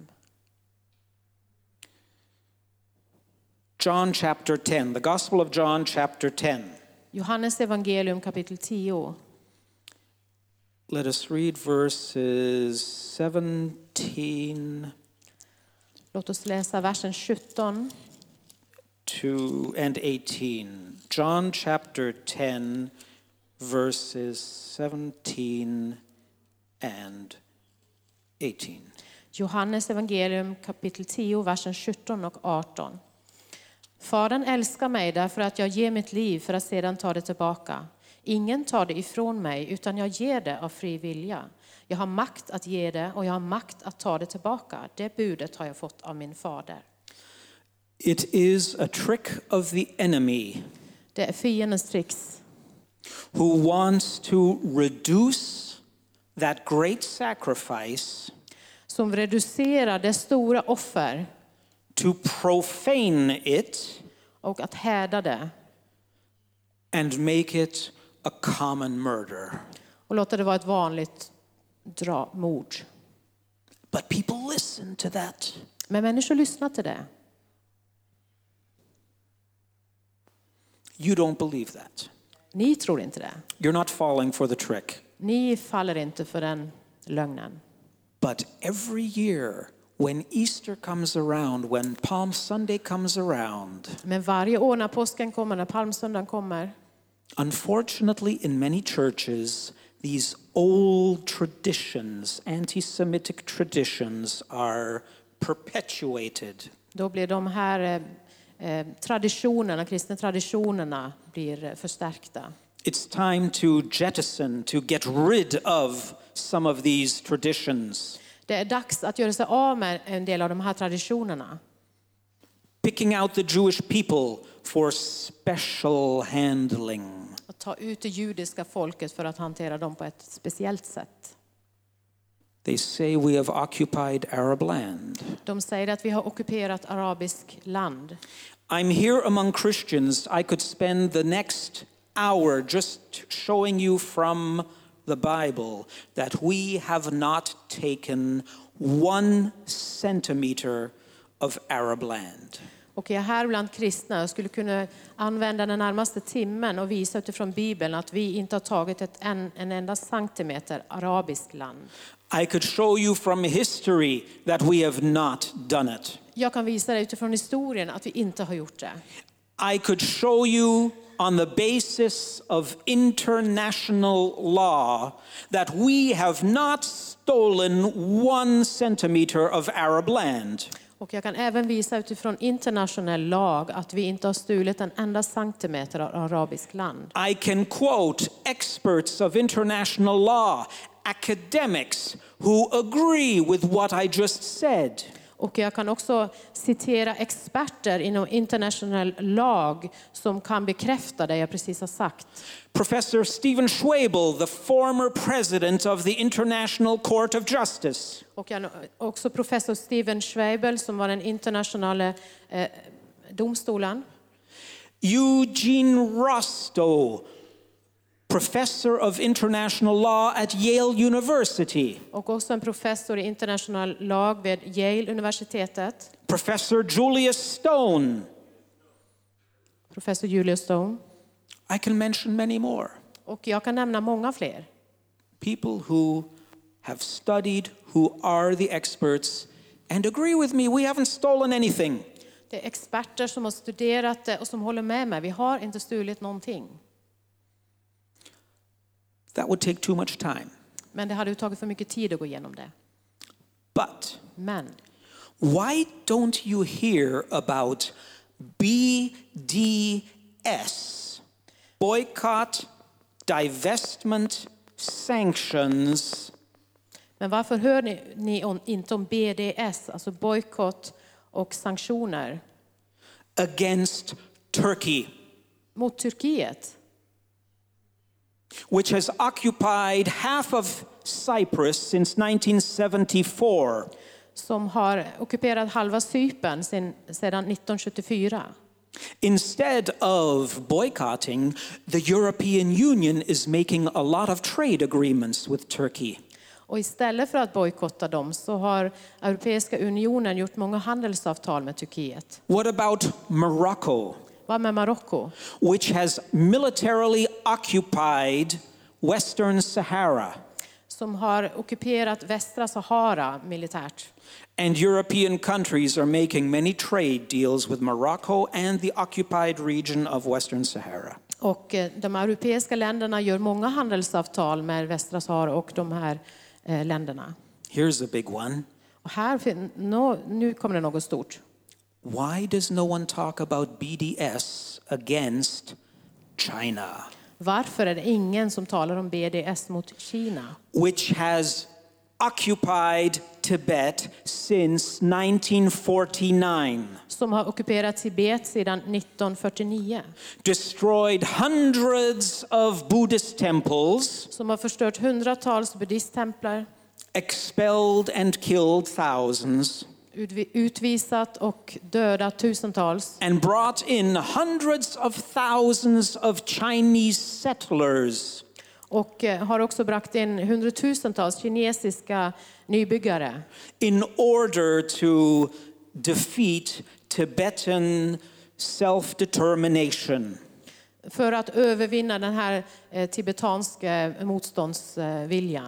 John chapter ten, the Gospel of John chapter ten. Johannes evangelium kapitel tio. Let us read verses seventeen Låt oss läsa versen sjutton to and eighteen. John chapter ten, verses seventeen and eighteen. Johannes evangelium kapitel tio, versen sjutton och arton. Fadern älskar mig därför att jag ger mitt liv för att sedan ta det tillbaka. Ingen tar det ifrån mig utan jag ger det av fri vilja. Jag har makt att ge det och jag har makt att ta det tillbaka. Det budet har jag fått av min fader. It is a trick of the enemy Det är fiendens tricks who wants to reduce that great sacrifice som reducerar det stora offer to profane it och att häda det and make it a common murder. och låta det vara ett vanligt dra mord. But people listen to that. Men människor lyssnar till det. You don't believe that. Ni tror inte det. You're not falling for the trick. Ni faller inte för den lögnen. But every year when Easter comes around, when Palm Sunday comes around, Men varje år när påsken kommer, när palmsöndagen kommer, unfortunately in many churches, these old traditions, anti-Semitic traditions, are perpetuated. då blir de här eh, traditionerna, kristna traditionerna blir förstärkta. It's time to jettison, to get rid of some of these traditions. Det är dags att göra sig av med en del av de här traditionerna. Picking out the Jewish people for special handling. Att ta ut det judiska folket för att hantera dem på ett speciellt sätt. They say we have occupied Arab land. De säger att vi har ockuperat arabisk land. I'm here among Christians. I could spend the next hour just showing you from the Bible that we have not taken one centimeter of Arab land. Och jag är här bland kristna. Jag skulle kunna använda den närmaste timmen och visa utifrån Bibeln att vi inte har tagit ett, en, en enda centimeter arabisk land. I could show you from history that we have not done it. Jag kan visa dig utifrån historien att vi inte har gjort det. I could show you on the basis of international law that we have not stolen one centimeter of Arab land. Och jag kan även visa utifrån internationell lag att vi inte har stulit en enda centimeter av arabisk land. I can quote experts of international law, academics who agree with what I just said. Och jag kan också citera experter inom internationell lag som kan bekräfta det jag precis har sagt. Professor Stephen Schwabel, the former president of the International Court of Justice. Och jag, också professor Steven Schwabel som var den internationella eh, domstolen. Eugene Rostow, professor of international law at Yale University. Och också en professor i internationell lag vid Yale-universitetet. Professor Julius Stone. Professor Julius Stone. I can mention many more. Och jag kan nämna många fler. People who have studied, who are the experts, and agree with me, we haven't stolen anything. Det är experter som har studerat det och som håller med mig. Vi har inte stulit någonting. That would take too much time. Men det hade ju tagit för mycket tid att gå igenom det. But Men why don't you hear about B D S? Boycott, divestment, sanctions. Men varför hör ni, ni om, inte om B D S, alltså bojkott och sanktioner against Turkey, mot Turkiet, which has occupied half of Cyprus since nineteen seventy-four. som har ockuperat halva Cypern sedan, sedan nitton sjuttiofyra? Instead of boycotting, the European Union is making a lot of trade agreements with Turkey. Och istället för att bojkotta dem så har Europeiska unionen gjort många handelsavtal med Turkiet. What about Morocco, Vad med Marocko? which has militarily occupied Western Sahara? Som har ockuperat västra Sahara militärt. And European countries are making many trade deals with Morocco and the occupied region of Western Sahara. Och de europeiska länderna gör många handelsavtal med västra Sahara och de här eh, länderna. Here's a big one. Och här fin- no, nu kommer det något stort. Why does no one talk about B D S against China, Varför är det ingen som talar om B D S mot Kina? which has occupied Tibet since nineteen forty-nine, Som har ockuperat Tibet sedan nitton fyrtionio. destroyed hundreds of Buddhist temples, Som har förstört hundratals buddhisttemplar, expelled and killed thousands, utvi- utvisat och dödat tusentals. and brought in hundreds of thousands of Chinese settlers Och eh, har också bragt in hundratusentals kinesiska nybyggare. in order to defeat Tibetan self-determination. För att övervinna den här eh, tibetanska motståndsviljan.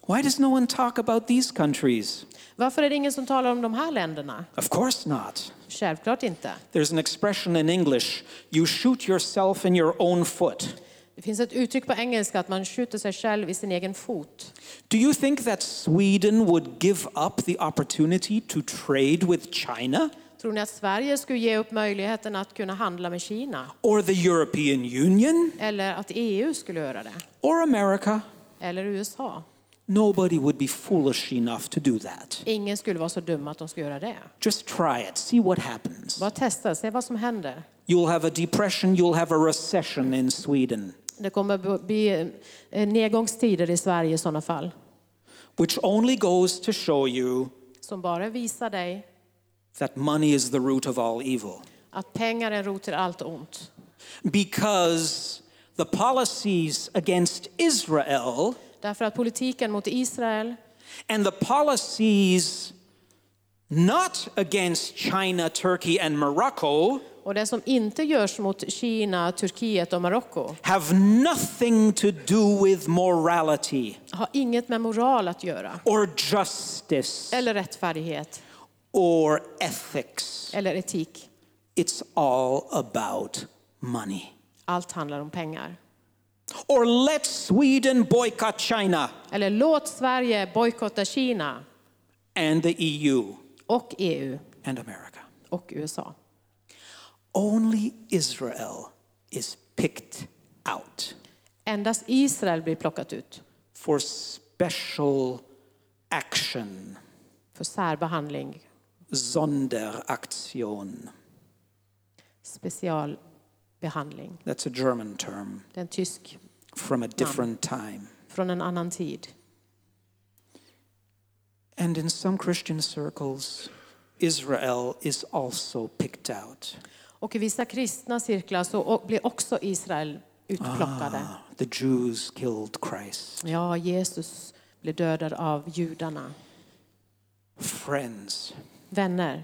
Why does no one talk about these countries? Varför är det ingen som talar om de här länderna? Of course not. Självklart inte. There's an expression in English, you shoot yourself in your own foot. Det finns ett uttryck på engelska att man skjuter sig själv i sin egen fot. Do you think that Sweden would give up the opportunity to trade with China? Tror ni att Sverige skulle ge upp möjligheten att kunna handla med Kina? Or the European Union? Eller att E U skulle göra det? Or America? Eller U S A? Nobody would be foolish enough to do that. Ingen skulle vara så dum att de skulle göra det. Just try it, see what happens. Bara testa, se vad som händer. You'll have a depression, you'll have a recession in Sweden. Det kommer bli nedgångstider i Sverige i sådana fall. Which only goes to show you Som bara visar dig that money is the root of all evil. att pengar är rot till allt ont. Because the policies against Israel Därför att politiken mot Israel and the policies not against China, Turkey and Morocco och det som inte görs mot Kina, Turkiet och Marocko have nothing to do with morality har inget med moral att göra. or justice Eller rättfärdighet. or ethics. Eller etik. It's all about money. Allt handlar om pengar. Or let Sweden boycott China Eller låt Sverige bojkotta Kina and the E U och E U and America. och U S A. Only Israel is picked out Endast Israel blir plockat ut for special action, för särbehandling, Sonderaktion. specialbehandling. That's a German term Det är en tysk from a different time. från en annan tid. And in some Christian circles, Israel is also picked out. Och i vissa kristna cirklar så blir också Israel utplockade. Ah, the Jews killed Christ. Ja, Jesus blev dödad av judarna. Friends, Vänner,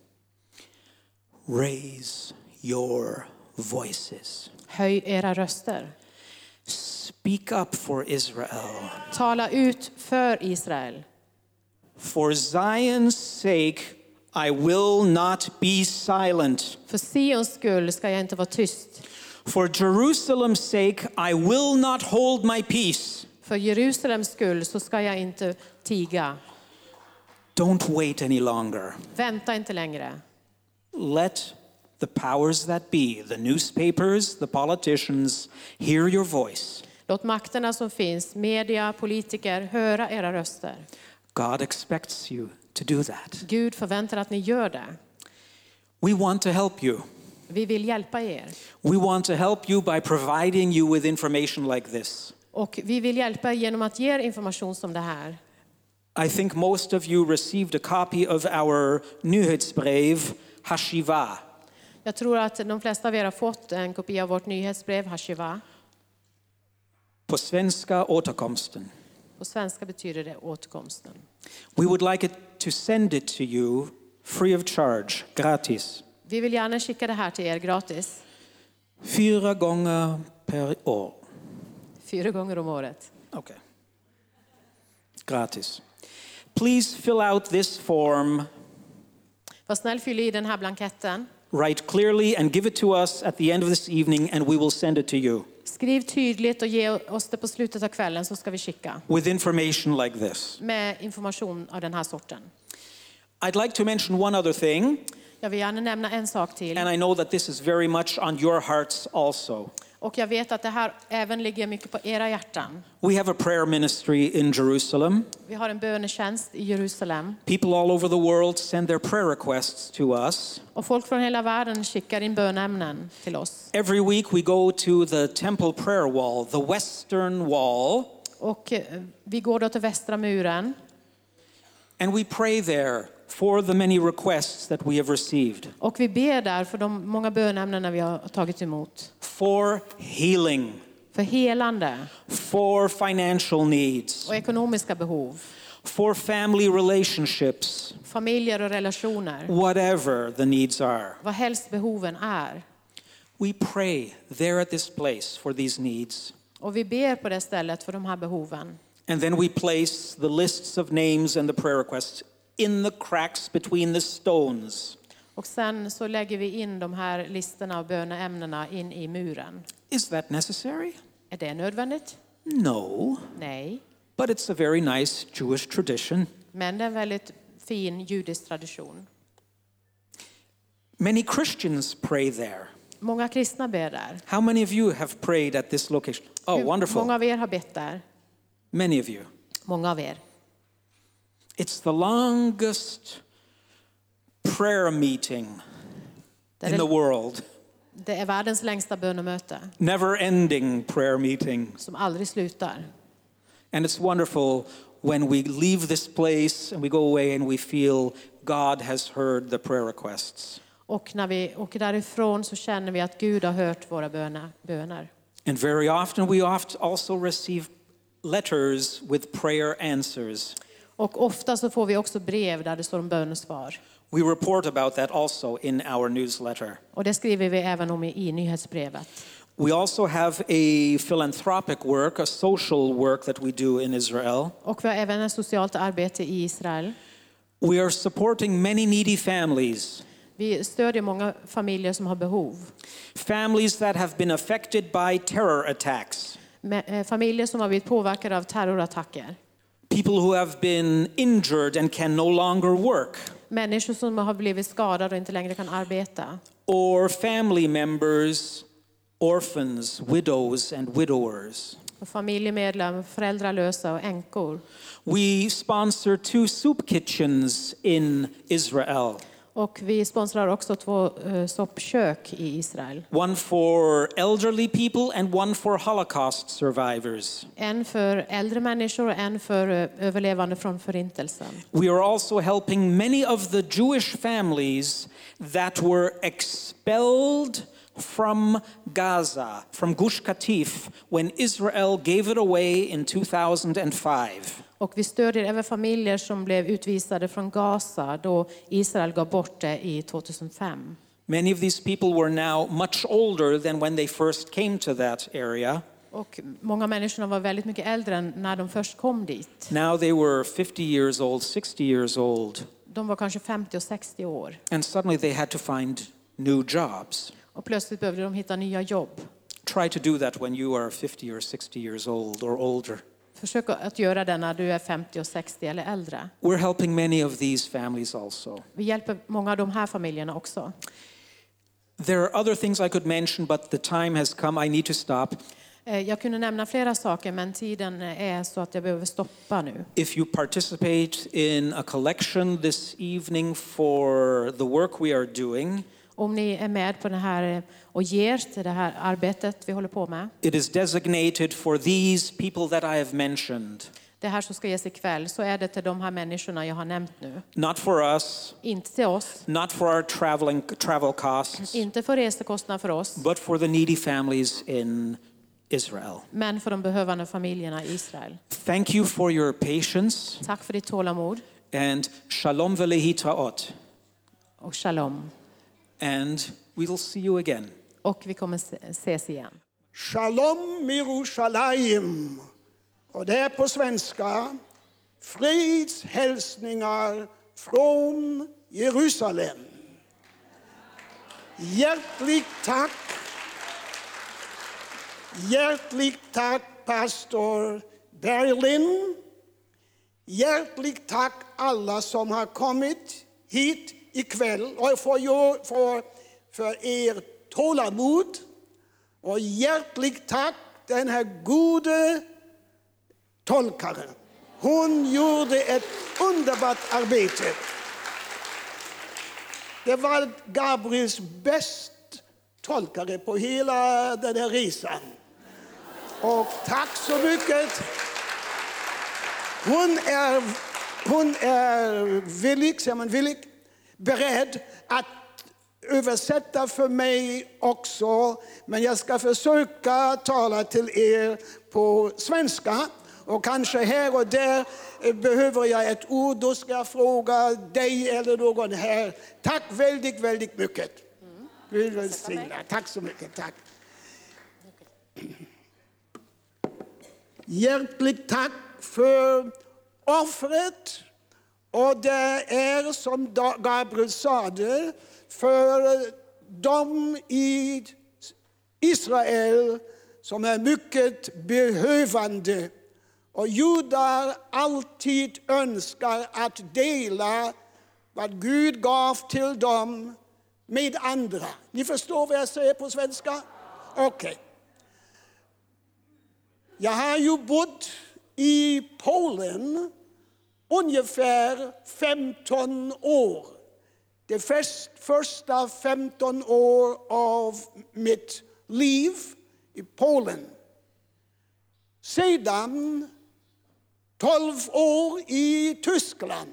raise your voices. höj era röster. Speak up for Israel. Tala ut för Israel. For Zion's sake, I will not be silent. För Sions skull ska jag inte vara tyst. For Jerusalem's sake, I will not hold my peace. För Jerusalems skull så ska jag inte tiga. Don't wait any longer. Vänta inte längre. Let the powers that be, the newspapers, the politicians, hear your voice. Låt makterna som finns, media, politiker, höra era röster. God expects you to do that. Gud förväntar att ni gör det. We want to help you. Vi vill hjälpa er. We want to help you by providing you with information like this. Och vi vill hjälpa er genom att ge er information som det här. I think most of you received a copy of our nyhetsbrev, Hashiva. Jag tror att de flesta av er har fått en kopia av vårt nyhetsbrev, Hashiva. På svenska, återkomsten. På svenska betyder det återkomsten. We would like it to send it to you free of charge, gratis. Vi vill gärna skicka det här till er gratis. Fyra gånger per år. Fyra gånger om året. Okay. Gratis. Please fill out this form. Var snäll, fyll i den här blanketten. Write clearly and give it to us at the end of this evening and we will send it to you. Skriv tydligt och ge oss det på slutet av kvällen så ska vi skicka. With information like this. Med information av den här sorten. I'd like to mention one other thing. Jag vill gärna nämna en sak till. And I know that this is very much on your hearts also. Och jag vet att det här även ligger mycket på era hjärtan. We have a prayer ministry in Jerusalem. Vi har en bönetjänst i Jerusalem. People all over the world send their prayer requests to us. Och folk från hela världen skickar in bönämnen till oss. Every week we go to the temple prayer wall, the western wall. Och vi går då till västra muren. And we pray there for the many requests that we have received. Och vi ber där för de många bönämnen vi har tagit emot. For healing. För helande. For financial needs. Och ekonomiska behov. For family relationships. Familjer och relationer. Whatever the needs are. Vad helst behoven är. We pray there at this place for these needs. Och vi ber på det stället för de här behoven. And then we place the lists of names and the prayer requests in the cracks between the stones. Och sen så lägger vi in de här listorna av böneämnena in i muren. Is that necessary? Är det nödvändigt? No. Nej. But it's a very nice Jewish tradition. Men det är en väldigt fin judisk tradition. Many Christians pray there. Många kristna ber där. How many of you have prayed at this location? Oh, Hur wonderful. många av er har bett där? Many of you. Många av er. It's the longest prayer meeting Det in är, the det, world. det är världens längsta bönemöte Never ending prayer meeting. som aldrig slutar. And it's wonderful when we leave this place and we go away and we feel God has heard the prayer requests. Och när vi åker därifrån så känner vi att Gud har hört våra böner. And very often we oft also receive letters with prayer answers. Och ofta så får vi också brev där det står om bönesvar. We report about that also in our newsletter. Och det skriver vi även om i, i nyhetsbrevet. We also have a philanthropic work, a social work that we do in Israel. Och vi har även ett socialt arbete i Israel. We are supporting many needy families. Vi stödjer många familjer som har behov. Families that have been affected by terror attacks. Med, eh, familjer som har blivit påverkade av terrorattacker. People who have been injured and can no longer work. Människor som har blivit skadade och inte längre kan arbeta. Or family members, orphans, widows and widowers. Och familjemedlemmar, föräldralösa och änkor. We sponsor two soup kitchens in Israel. Och vi sponsrar också två uh, soppkök i Israel. One for elderly people and one for Holocaust survivors. En för äldre människor och en för uh, överlevande från förintelsen. We are also helping many of the Jewish families that were expelled from Gaza, from Gush Katif, when Israel gave it away in two thousand five. Och vi stödjer även familjer som blev utvisade från Gaza då Israel gav bort det i tjugohundrafem. Many of these people were now much older than when they first came to that area. Och många människor var väldigt mycket äldre än när de först kom dit. Now they were fifty years old, sixty years old. De var kanske femtio och sextio år. And suddenly they had to find new jobs. Och plötsligt behövde de hitta nya jobb. Try to do that when you are fifty or sixty years old or older. Försök att göra det när du är femtio och sextio eller äldre. We're helping many of these families also. Vi hjälper många av de här familjerna också. There are other things I could mention, but the time has come. I need to stop. Jag kunde nämna flera saker, men tiden är så att jag behöver stoppa nu. If you participate in a collection this evening for the work we are doing, Om ni är med på det här och ger till det här arbetet vi håller på med. it is designated for these people that I have mentioned. Det här som ska ges ikväll, så är det till de här människorna jag har nämnt nu. Not for us, Inte till oss, not for our traveling travel costs, inte för resekostnader för oss, but for the needy families in Israel. men för de behövande familjerna i Israel. Thank you for your patience, Tack för ditt tålamod and shalom v'lehitraot. och shalom. And we will see you again. Och vi kommer ses igen. Shalom Mirushalayim. Och det är på svenska. Fridshälsningar från Jerusalem. Hjärtligt tack. Hjärtligt tack pastor Berlin. Hjärtligt tack alla som har kommit hit ikväll och för, för, för er tålamod. Och hjärtligt tack den här gode tolkaren. Hon gjorde ett underbart arbete. Det var Gabriels bäst tolkare på hela den här resan. Och tack så mycket. Hon är, hon är villig, säger man villig, beredd att översätta för mig också. Men jag ska försöka tala till er på svenska. Och kanske här och där behöver jag ett ord. Då ska jag fråga dig eller någon här. Tack väldigt, väldigt mycket. Gud välsigna. Tack så mycket. Tack. Hjärtligt tack för offret. Och det är som Gabriel sa det, för de i Israel som är mycket behövande. Och judar alltid önskar att dela vad Gud gav till dem med andra. Ni förstår vad jag säger på svenska? Okej. Okay. Jag har ju bott i Polen ungefär femton år. Det första femton år av mitt liv i Polen. Sedan tolv år i Tyskland.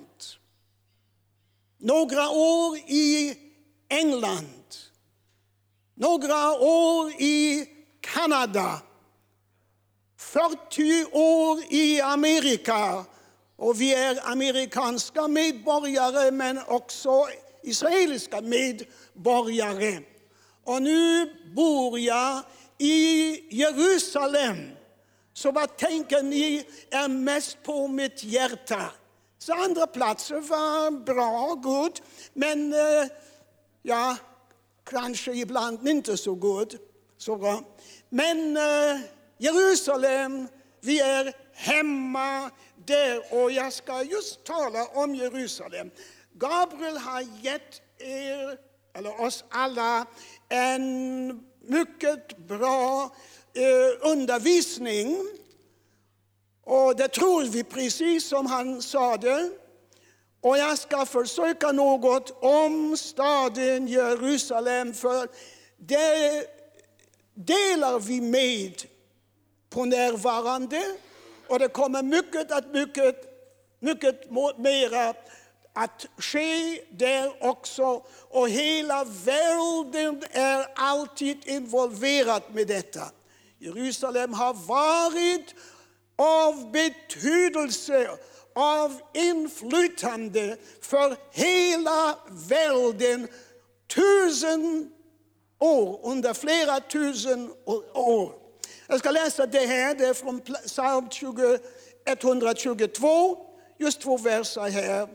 Några år i England. Några år i Kanada. fyrtio år i Amerika. Och vi är amerikanska medborgare men också israeliska medborgare. Och nu bor jag i Jerusalem. Så vad tänker ni är mest på mitt hjärta? Så andra platser var bra, god. Men ja, kanske ibland inte så god. Så bra. Men uh, Jerusalem, vi är hemma där. Och jag ska just tala om Jerusalem. Gabriel har gett er, eller oss alla, en mycket bra eh, undervisning. Och det tror vi precis som han sa det. Och jag ska försöka något om staden Jerusalem. För det delar vi med på närvarande. Och det kommer mycket att mycket, mycket mera att ske där också. Och hela världen är alltid involverad med detta. Jerusalem har varit av betydelse, av inflytande för hela världen tusen år, under flera tusen år. Jag ska läsa det här, det är från psalm etthundratjugotvå, just två verser här.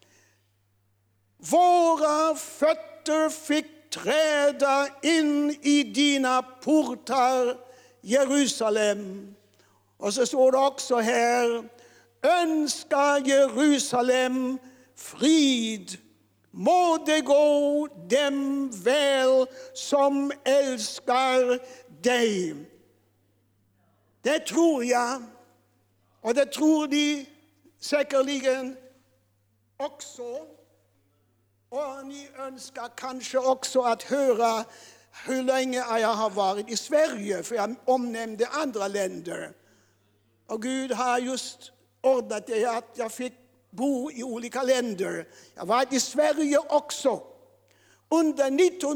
Våra fötter fick träda in i dina portar, Jerusalem. Och så står det också här, önska Jerusalem frid. Må det gå dem väl som älskar dig. Det tror jag, och det tror ni säkerligen också. Och ni önskar kanske också att höra hur länge jag har varit i Sverige, för jag omnämnde andra länder. Och Gud har just ordnat det att jag fick bo i olika länder. Jag var i Sverige också. Under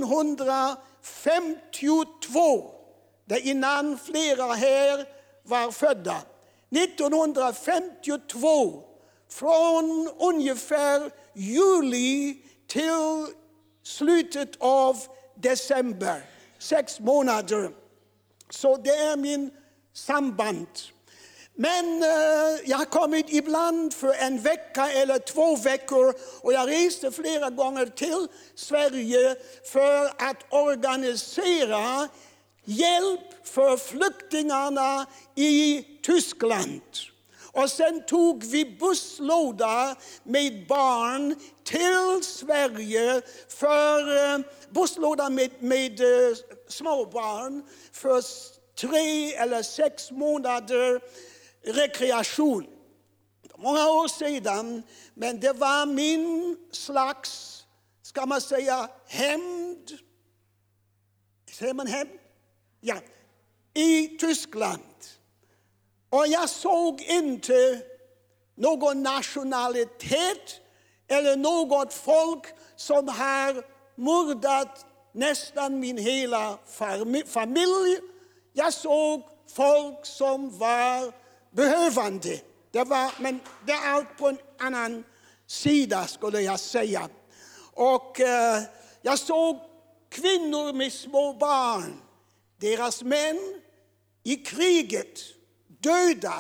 nittonhundrafemtiotvå, där innan flera här var födda. nittonhundrafemtiotvå, från ungefär juli till slutet av december. Sex månader. Så det är min samband. Men eh, jag har kommit ibland för en vecka eller två veckor. Och jag reste flera gånger till Sverige för att organisera hjälp för flyktingarna i Tyskland. Och sen tog vi busslåda med barn till Sverige för uh, busslåda med, med uh, småbarn för tre eller sex månader rekreation. Många år sedan, men det var min slags, ska man säga, hämnd. Säger man hämnd? Ja, i Tyskland. Och jag såg inte någon nationalitet eller något folk som har mördat nästan min hela familj. Jag såg folk som var behövande. Det var, men det är allt på en annan sida, skulle jag säga. Och eh, jag såg kvinnor med små barn. Deras män i kriget dödat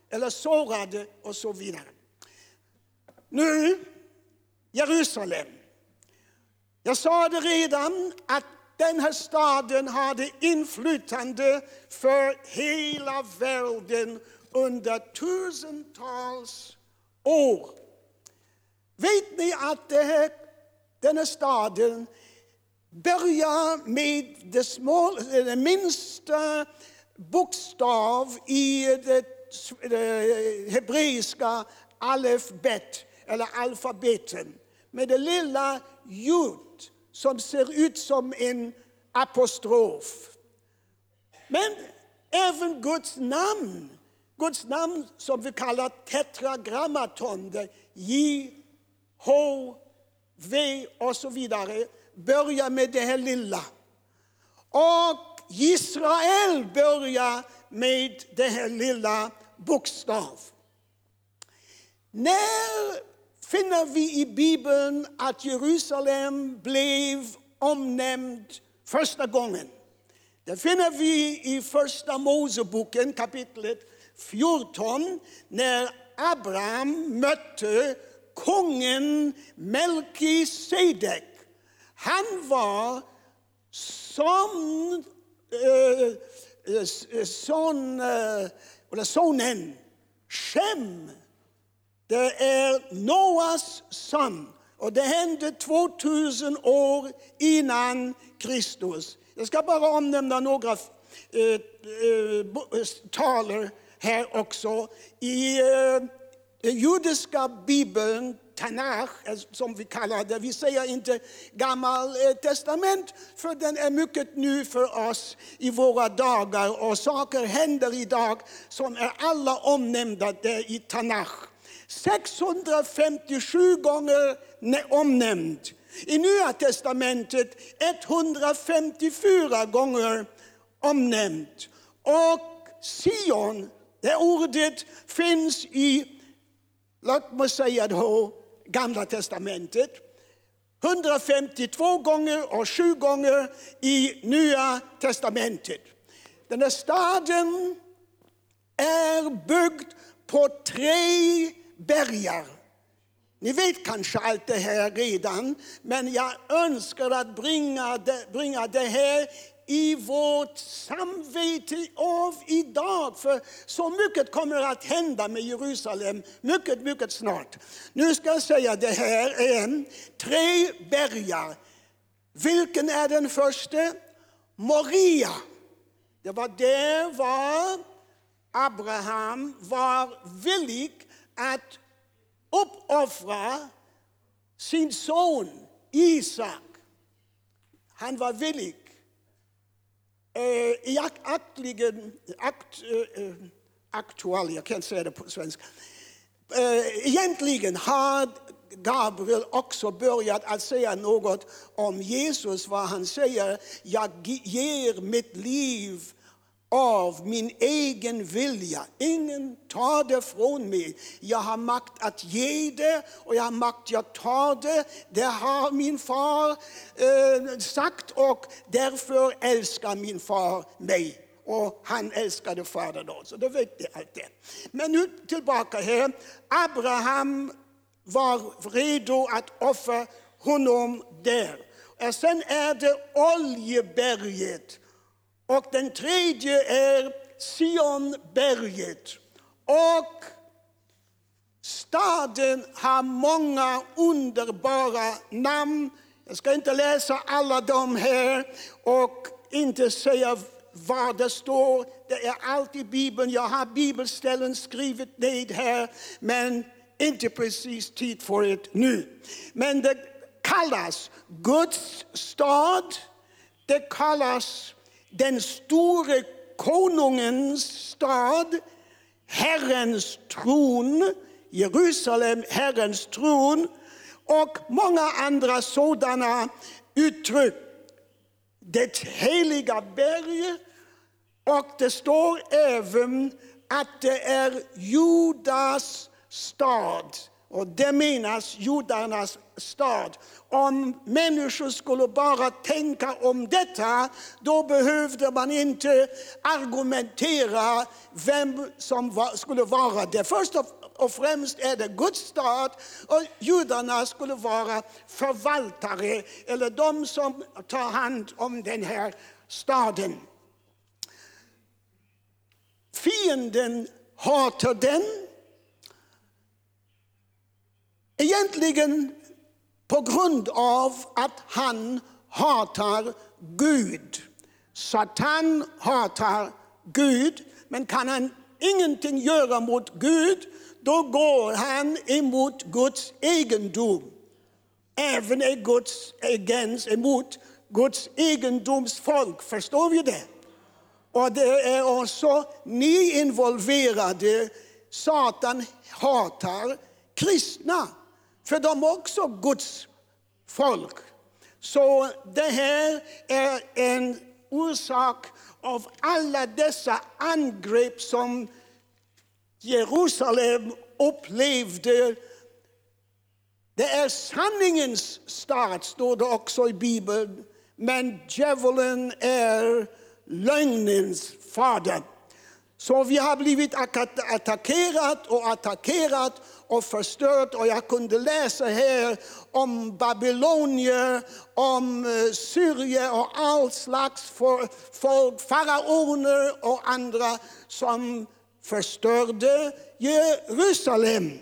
eller sårade och så vidare. Nu, Jerusalem. Jag sa det redan att den här staden hade inflytande för hela världen under tusentals år. Vet ni att det här, den här staden börjar med det, små, det minsta bokstav i det, det hebreiska alfabet, eller alfabeten, med det lilla ljud som ser ut som en apostrof. Men även Guds namn, Guds namn som vi kallar tetragrammaton, J, H, V och så vidare, börjar med det här lilla. Och Israel börjar med det här lilla bokstav. När finner vi i Bibeln att Jerusalem blev omnämnd första gången? Det finner vi i första Moseboken kapitlet fjorton, när Abraham mötte kungen Melkisedek. Han var son, äh, son, äh, eller sonen Shem. Det är Noas son, och det hände tvåtusen år innan Kristus. Jag ska bara omnämna några äh, äh, taler här också. I äh, judiska bibeln, Tanach, som vi kallar det. Vi säger inte gammal testament, för den är mycket ny för oss i våra dagar. Och saker händer idag som är alla omnämnda där i Tanach. sexhundrafemtiosju gånger omnämnd. I Nya testamentet etthundrafemtiofyra gånger omnämnd. Och Sion, det ordet finns i, låt mig säga då, Gamla testamentet. hundrafemtiotvå gånger och sju gånger i Nya testamentet. Den här staden är byggd på tre bergar. Ni vet kanske allt det här redan, men jag önskar att bringa det, bringa det här i vårt samvete av idag. För så mycket kommer att hända med Jerusalem mycket, mycket snart. Nu ska jag säga det här är tre bergar. Vilken är den första? Moria. Det var där var Abraham var villig att uppoffra sin son Isak. Han var villig. Uh, aktligen, akt, uh, aktuell, jag kan inte säga det på svenska. Uh, egentligen har Gabriel också börjat att säga något om Jesus, vad han säger: jag ger mitt liv av min egen vilja. Ingen tar det från mig. Jag har makt att ge det, och jag har makt att ta det. Det har min far eh, sagt, och därför älskar min far mig. Och han älskade fadern då. Så det vet jag allt det. Men nu tillbaka här. Abraham var redo att offra honom där. Och sen är det Oljeberget. Och den tredje är Sionberget. Och staden har många underbara namn. Jag ska inte läsa alla de här och inte säga vad det står. Det är allt i Bibeln. Jag har bibelställen skrivit ned här, men inte precis tid för det nu. Men det kallas Guds stad. Det kallas den store konungens stad, Herrens tron, Jerusalem, Herrens tron, och många andra sådana uttryck. Det heliga berg, och det står även att det är Judas stad. Och det menas judarnas stad. Om människor skulle bara tänka om detta, då behövde man inte argumentera vem som var, skulle vara det. Först och främst är det Guds stad, och judarna skulle vara förvaltare eller de som tar hand om den här staden. Fienden hatar den. Egentligen på grund av att han hatar Gud. Satan hatar Gud, men kan han ingenting göra mot Gud, då går han emot Guds egendom. Även är Guds agens emot Guds egendomsfolk, förstår vi det? Och det är också ni involverade. Satan hatar kristna, för de är också Guds folk. Så det här är en orsak av alla dessa angrepp som Jerusalem upplevde. Det är sanningens stad, står det också i Bibeln, men djävulen är lögnens fader. Så vi har blivit attackerat och attackerat och förstört. Och jag kunde läsa här om Babylonier, om Syrien och all slags folk, faraoner och andra som förstörde Jerusalem.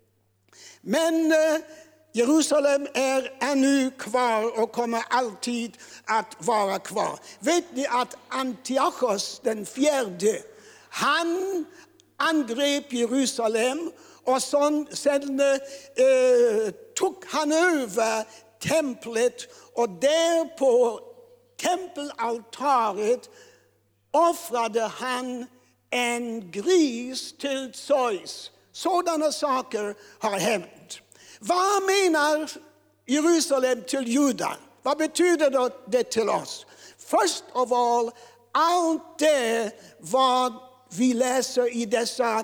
Men Jerusalem är ännu kvar och kommer alltid att vara kvar. Vet ni att Antiochos den fjärde, han angrep Jerusalem och sen, sen eh, tog han över templet, och där på tempelaltaret offrade han en gris till Zeus. Sådana saker har hänt. Vad menar Jerusalem till judar? Vad betyder det till oss? Först av allt, allt det vad vi läser i dessa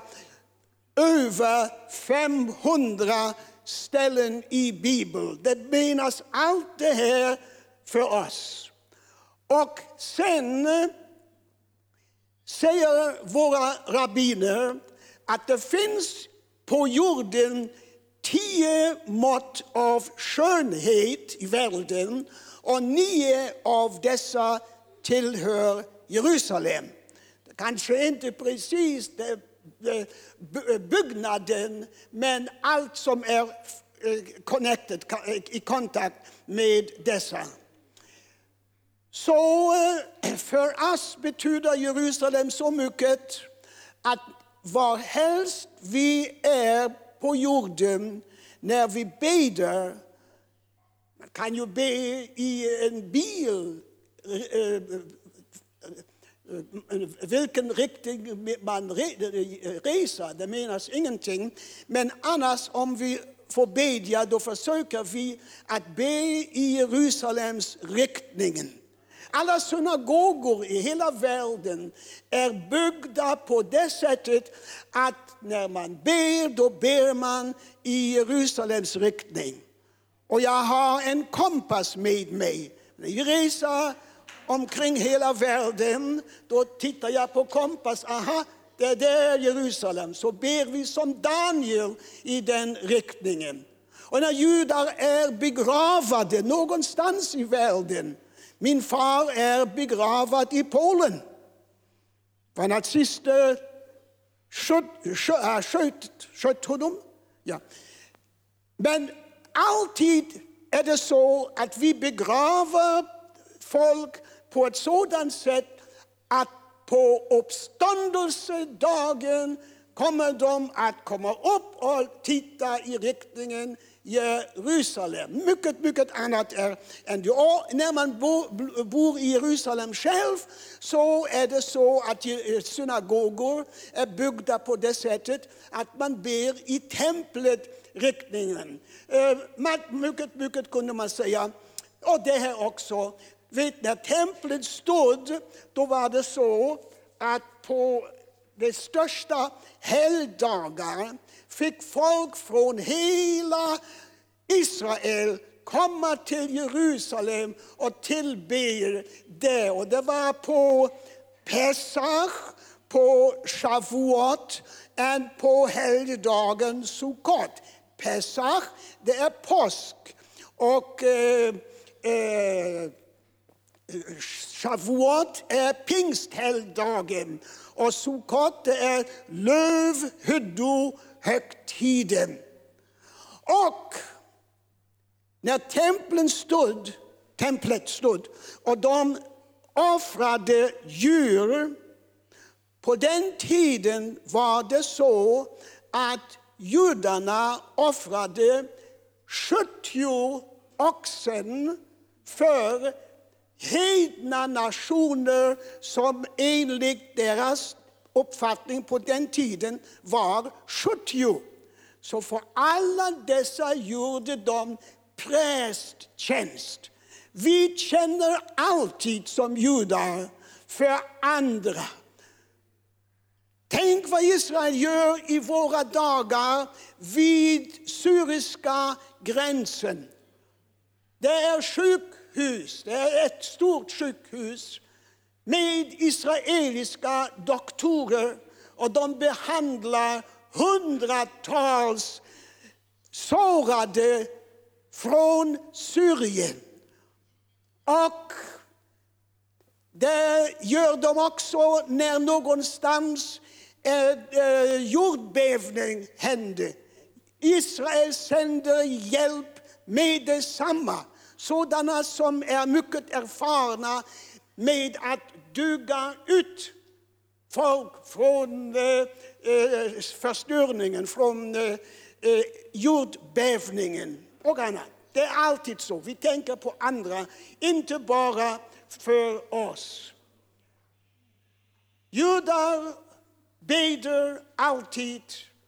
över femhundra ställen i Bibeln. Det menas allt det här för oss. Och sen säger våra rabbiner att det finns på jorden tio mått av skönhet i världen, och nio av dessa tillhör Jerusalem. Det kanske inte precis det, det, byggnaden, men allt som är connected, i kontakt med dessa. Så för oss betyder Jerusalem så mycket att var helst vi är på jorden, när vi beder, man kan ju be i en bil, vilken riktning man reser, det menas ingenting. Men annars, om vi får bedja, då försöker vi att be i Jerusalems riktningen. Alla synagogor i hela världen är byggda på det sättet att när man ber, då ber man i Jerusalems riktning. Och jag har en kompass med mig. När jag reser omkring hela världen, då tittar jag på kompass. Aha, det är där Jerusalem. Så ber vi som Daniel i den riktningen. Och när judar är begravade någonstans i världen. Min far är begravd i Polen. För nazister sköt, sköt, sköt, sköt honom. Ja. Men alltid är det så att vi begraver folk på ett sådant sätt att på uppståndelsedagen kommer de att komma upp och titta i riktningen Jerusalem. Mycket, mycket annat är än det. Och när man bor, bor i Jerusalem själv, så är det så att synagogor är byggda på det sättet att man ber i templet riktningen. Mycket, mycket kunde man säga. Och det här också. Vet, när templet stod, då var det så att på de största helgdagar fick folk från hela Israel komma till Jerusalem och tillbe det. Och det var på Pesach, på Shavuot och på helgdagen Sukkot. Pesach, det är påsk. Och eh, eh, Shavuot är pingsthelgdagen. Och Sukkot, det är lövhyddohögtiden. Och när templen stod, templet stod och de offrade djur, på den tiden var det så att judarna offrade sjuttio oxen för hedna nationer som enligt deras uppfattning på den tiden var sjuttio. Så för alla dessa gjorde de prästtjänst. Vi känner alltid som judar för andra. Tänk vad Israel gör i våra dagar vid syriska gränsen. Det är sjukhus, det är ett stort sjukhus med israeliska doktorer och de behandlar hundratals sårade från Syrien. Och det gör de också när någonstans eh, jordbävning händer. Israel sänder hjälp med detsamma. Sådana som är mycket erfarna med att duga ut folk från eh, förstörningen, från eh, jordbävningen och annat. Det är alltid så. Vi tänker på andra, inte bara för oss. Judar beder alltid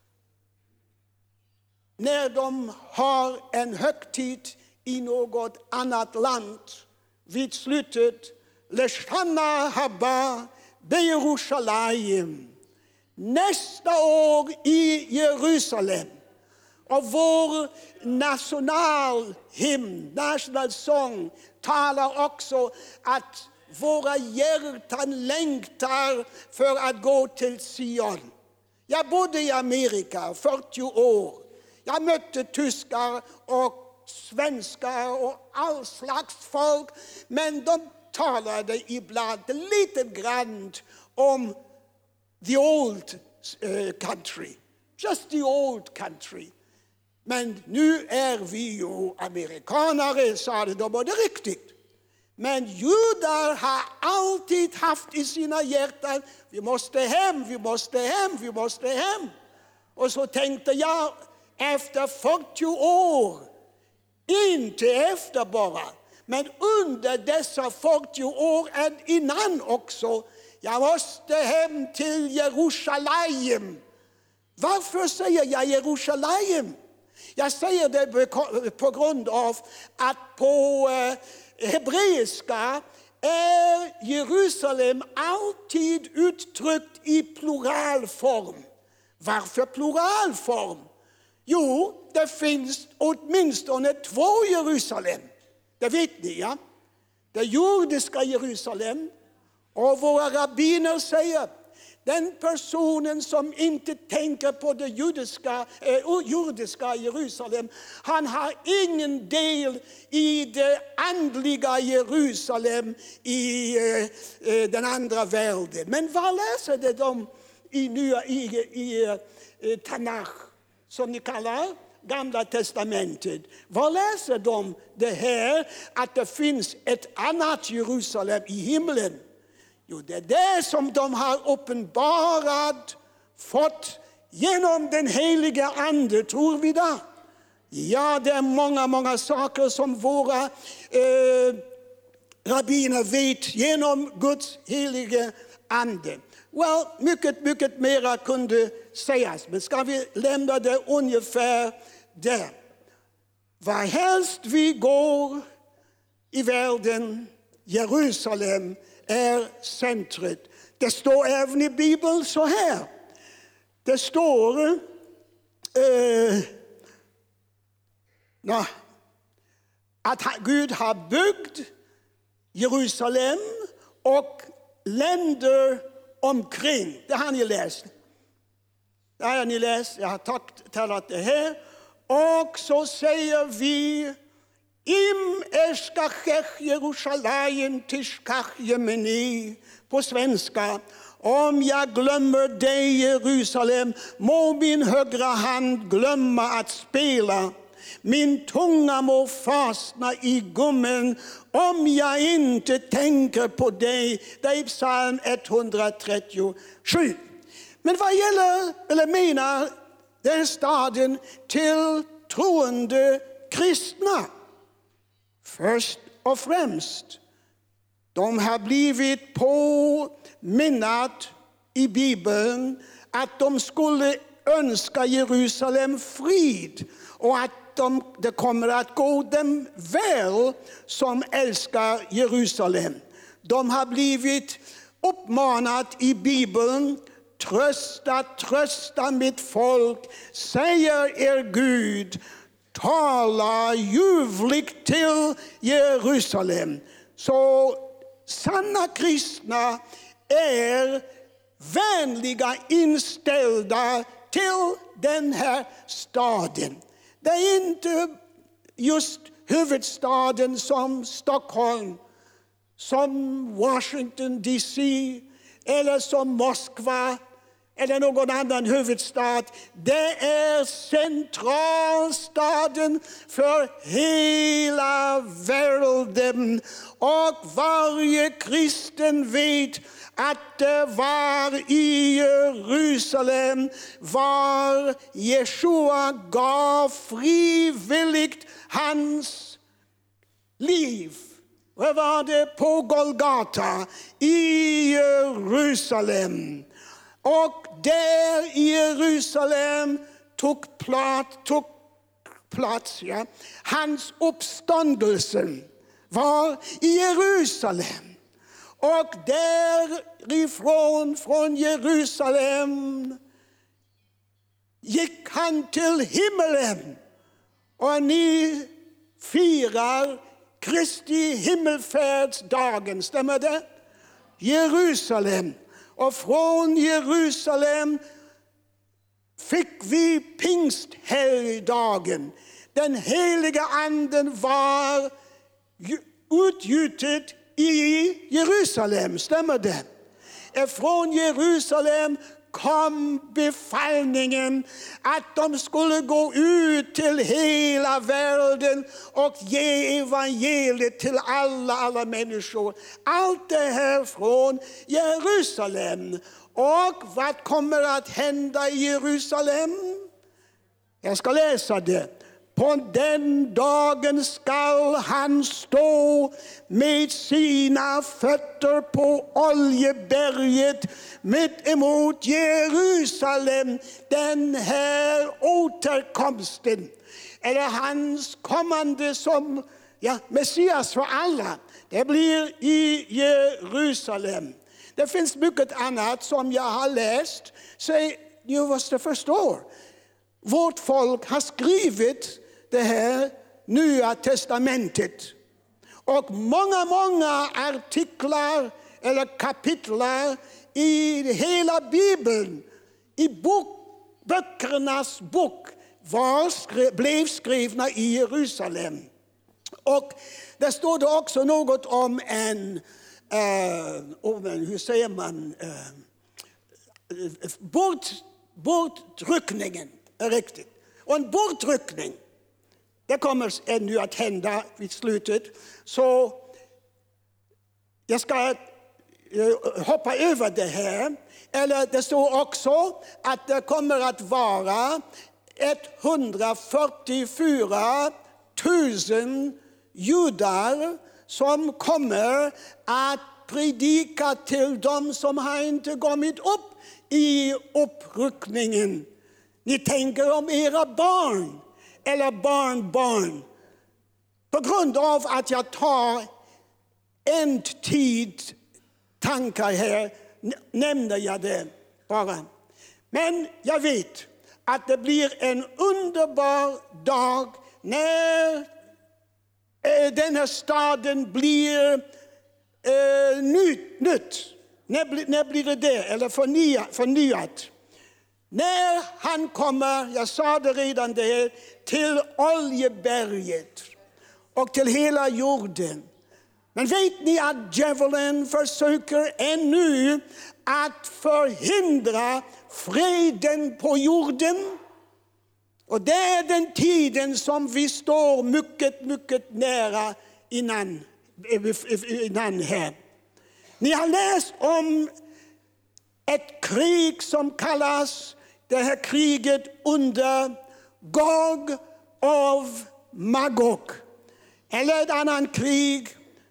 när de har en högtid i något annat land. Vid slutet, Leshana haba beJerushalayim. Nästa år i Jerusalem. Och vår nationalhymn, nationalsång, talar också att våra hjärtan längtar för att gå till Sion. Jag bodde i Amerika fyrtio år. Jag mötte tyskar och svenskar och all slags folk. Men de talade ibland lite grann om the old uh, country. Just the old country. Men nu är vi ju amerikanare, sa de, och det är riktigt. Men judar har alltid haft i sina hjärtan, vi måste hem, vi måste hem, vi måste hem. Och så tänkte jag, efter fyrtio år, inte efter bara, men under dessa fyrtio år innan också, jag måste hem till Jerusalem. Varför säger jag Jerusalem? Jag säger det på grund av att på hebreiska är Jerusalem alltid uttryckt i pluralform. Varför pluralform? Jo, det finns åtminstone två Jerusalem. Det vet ni, ja? Det jordiska Jerusalem. Och våra rabbiner säger, den personen som inte tänker på det judiska, eh, jordiska Jerusalem, han har ingen del i det andliga Jerusalem i eh, den andra världen. Men vad läser det de i, nya, i, i eh, Tanach, som ni kallar Gamla testamentet? Vad läser de det här att det finns ett annat Jerusalem i himlen? Jo, det är det som de har uppenbarat, fått genom den heliga ande, tror vi det? Ja, det är många, många saker som våra eh, rabbiner vet genom Guds heliga ande. Well, mycket, mycket mera kunde sägas, men ska vi lämna det ungefär där. Var helst vi går i världen, Jerusalem är centret. Det står även i Bibeln så här. Det står eh, na, att Gud har byggt Jerusalem och länder omkring. Det har ni läst. Det har ni läst. Jag har talat det här. Och så säger vi Im eskachech Jerusalem tishkach Jemeni på svenska. Om jag glömmer dig Jerusalem, må min högra hand glömma att spela. Min tunga må fastna i gummen om jag inte tänker på dig. Det är psalm etthundratrettiosju. Men vad gäller, eller menar den staden till troende kristna? Först och främst, de har blivit påminnat i Bibeln att de skulle önska Jerusalem frid och att de, det kommer att gå dem väl som älskar Jerusalem. De har blivit uppmanat i Bibeln, trösta, trösta mitt folk, säger er Gud, tala ljuvligt till Jerusalem. Så sanna kristna är vänliga inställda till den här staden. Det är inte just huvudstaden som Stockholm, som Washington D C eller som Moskva eller någon annan huvudstad. Det är centralstaden för hela världen. Och varje kristen vet att det var i Jerusalem var Jeshua gav frivilligt hans liv. Vad var det? På Golgata i Jerusalem. Och där i Jerusalem tog plats, tog plats ja. Hans uppståndelse var i Jerusalem. Och därifrån, från Jerusalem, gick han till himmelen. Och ni firar Kristi himmelfärdsdagen, stämmer det? Jerusalem. Och från Jerusalem fick vi pingsthelgdagen. Den heliga anden var utgjutet i Jerusalem, stämmer det? Från Jerusalem kom befallningen att de skulle gå ut till hela världen och ge evangeliet till alla, alla människor. Allt det här från Jerusalem. Och vad kommer att hända i Jerusalem? Jag ska läsa det. På den dagen skall han stå med sina fötter på Oljeberget mitt emot Jerusalem. Den här återkomsten, eller hans kommande som ja, Messias för alla, det blir i Jerusalem. Det finns mycket annat som jag har läst, så ni måste förstå. Vårt folk har skrivit det här Nya testamentet. Och många, många artiklar eller kapitlar i hela Bibeln, i bok, böckernas bok, var, skri, blev skrivna i Jerusalem. Och det står det också något om en, uh, om en hur säger man, uh, bort, bortryckningen, är riktigt. Och en bortryckning, det kommer ännu att hända vid slutet. Så jag ska hoppa över det här. Eller det står också att det kommer att vara etthundrafyrtiofyra tusen judar som kommer att predika till dem som har inte kommit upp i uppryckningen. Ni tänker om era barn eller barnbarn. På grund av att jag tar en tid tankar här nämner jag det bara. Men jag vet att det blir en underbar dag när den här staden blir eh, nytt. nytt. När, när blir det det? Eller förnyat? förnyat. När han kommer, jag sa det redan det, till Oljeberget och till hela jorden. Men vet ni att djävulen försöker ännu att förhindra freden på jorden? Och det är den tiden som vi står mycket, mycket nära innan, innan här. Ni har läst om ett krig som kallas det här kriget under Gog och Magog. Eller ett annat krig,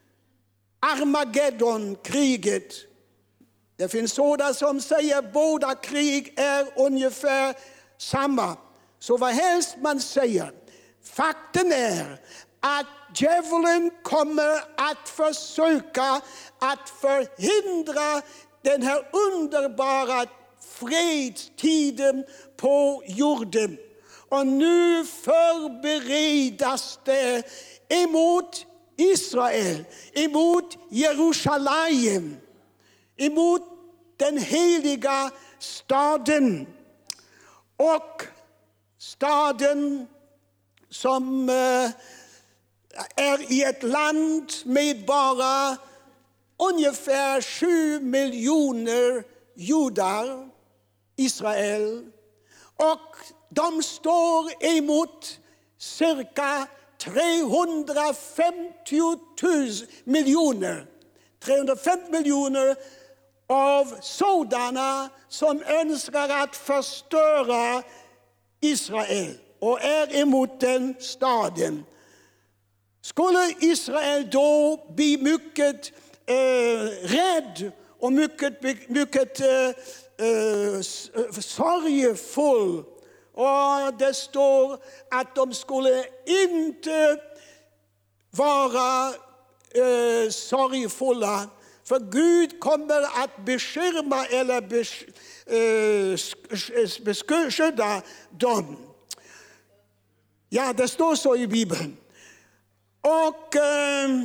Armageddon-kriget. Det finns sådana som säger att båda krig är ungefär samma. Så vad helst man säger, fakten är att djävulen kommer att försöka att förhindra den här underbara fredstiden på jorden. Och nu förberedas det emot Israel, emot Jerusalem, emot den heliga staden. Och staden som är i ett land med bara ungefär sju miljoner judar, Israel. Och de står emot cirka trehundrafemtio tusen miljoner. trehundrafemtio miljoner av sådana som önskar att förstöra Israel och är emot den staden. Skulle Israel då bli mycket eh, rädd och mycket, mycket eh, eh, sorgefull. Och det står att de skulle inte vara eh, sorgfulla. För Gud kommer att beskärma eller bes, eh, beskydda dem. Ja, det står så i Bibeln. Och eh,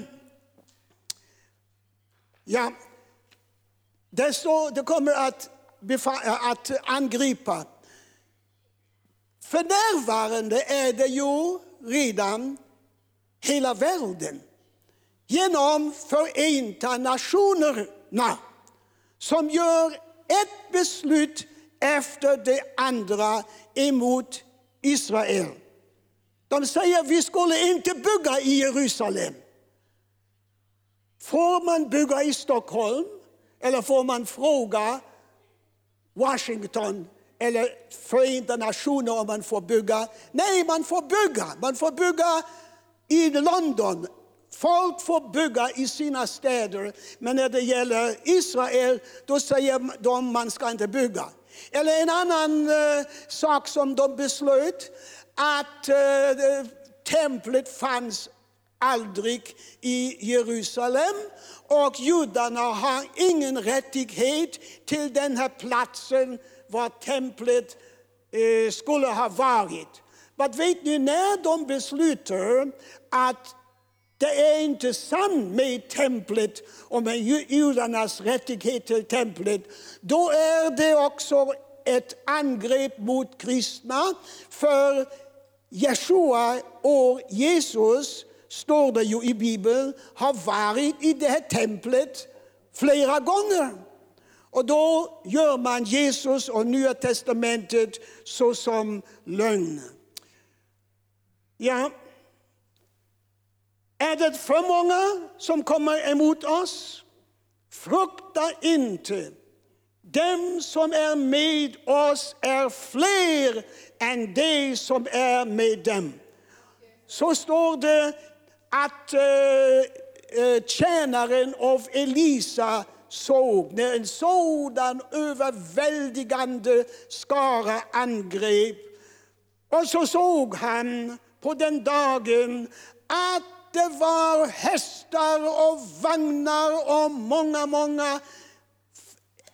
ja, det, står, det kommer att, att angripa. För närvarande är det ju redan hela världen genom Förenta Nationerna som gör ett beslut efter det andra emot Israel. De säger att vi skulle inte bygga i Jerusalem. Får man bygga i Stockholm? Eller får man fråga Washington eller Förenta Nationer om man får bygga? Nej, man får bygga. Man får bygga i London. Folk får bygga i sina städer. Men när det gäller Israel, då säger de att man ska inte bygga. Eller en annan uh, sak som de beslöt, att uh, templet fanns aldrig i Jerusalem. Och judarna har ingen rättighet till den här platsen var templet uh, skulle ha varit. Men vet ni, när de beslutar att det är inte sant med templet och med judarnas rättighet till templet, då är det också ett angrepp mot kristna. För Jeshua och Jesus, står det ju i Bibeln, har varit i det här templet flera gånger. Och då gör man Jesus och Nya testamentet så som lögn. Ja. Är det för många som kommer emot oss? Frukta inte. Dem som är med oss är fler än de som är med dem. Så står det att äh, tjänaren av Elisa såg när en sådan överväldigande skara angrep. Och så såg han på den dagen att det var hästar och vagnar och många, många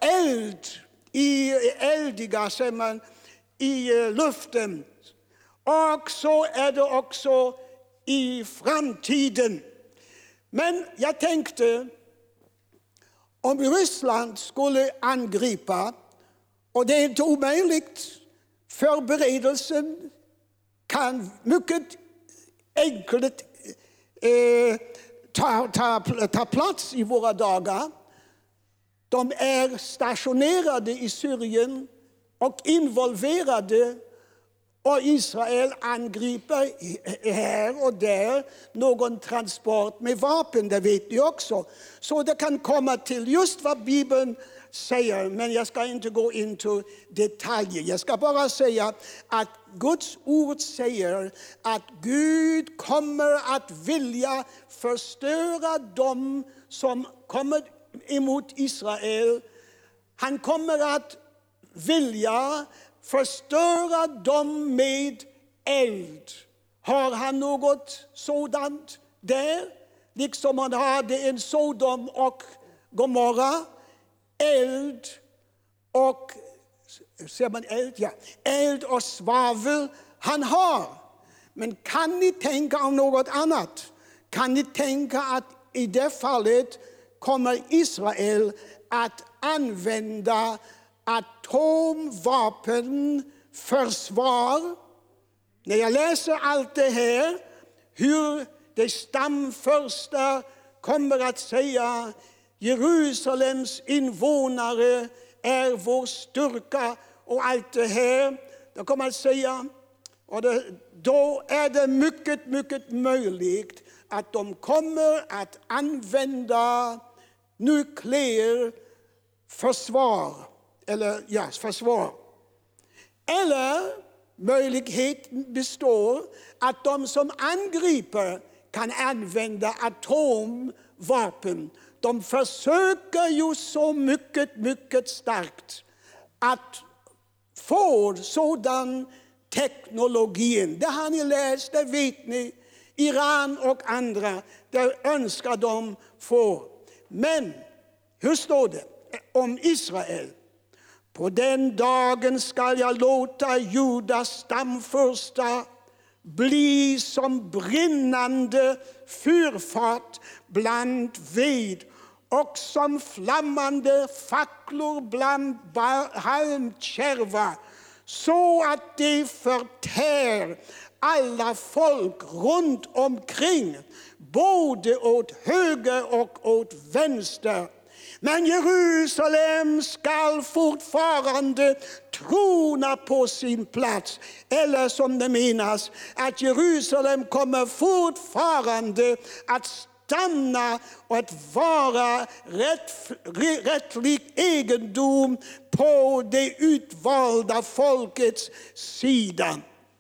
eld, i eldiga, säger man, i luften. Och så är det också i framtiden. Men jag tänkte, om Ryssland skulle angripa, och det är inte omöjligt, förberedelsen kan mycket enkelt eh, ta, ta, ta plats i våra dagar. De är stationerade i Syrien och involverade, och Israel angriper här och där någon transport med vapen, det vet ni också. Så det kan komma till just vad Bibeln säger, men jag ska inte gå in till detaljer. Jag ska bara säga att Guds ord säger att Gud kommer att vilja förstöra dem som kommer emot Israel. Han kommer att vilja förstöra dem med eld. Har han något sådant där? Liksom han hade en Sodom och Gomorra. Eld och, ser man eld? Ja. Eld och svavel han har. Men kan ni tänka om något annat? Kan ni tänka att i det fallet kommer Israel att använda atomvapen försvar? När jag läser allt det här, hur det stamförsta kommer att säga Jerusalems invånare är vår styrka och allt det här, då kommer att säga, och det, då är det mycket, mycket möjligt att de kommer att använda nukleär försvar. Eller ja, försvar. Eller möjligheten består att de som angriper kan använda atomvapen. De försöker ju så mycket, mycket starkt att få sådan teknologi. Det har ni läst, det vet ni. Iran och andra, det önskar de få. Men hur står det om Israel? På den dagen skall jag låta Judas stamförsta bli som brinnande fyrfat bland ved och som flammande facklor bland halmkärvar, så att de förtär alla folk runt omkring, både åt höger och åt vänster. Men Jerusalem skall fortfarande trona på sin plats. Eller som det menas, att Jerusalem kommer fortfarande att stanna och att vara rätt, rättlig egendom på det utvalda folkets sida.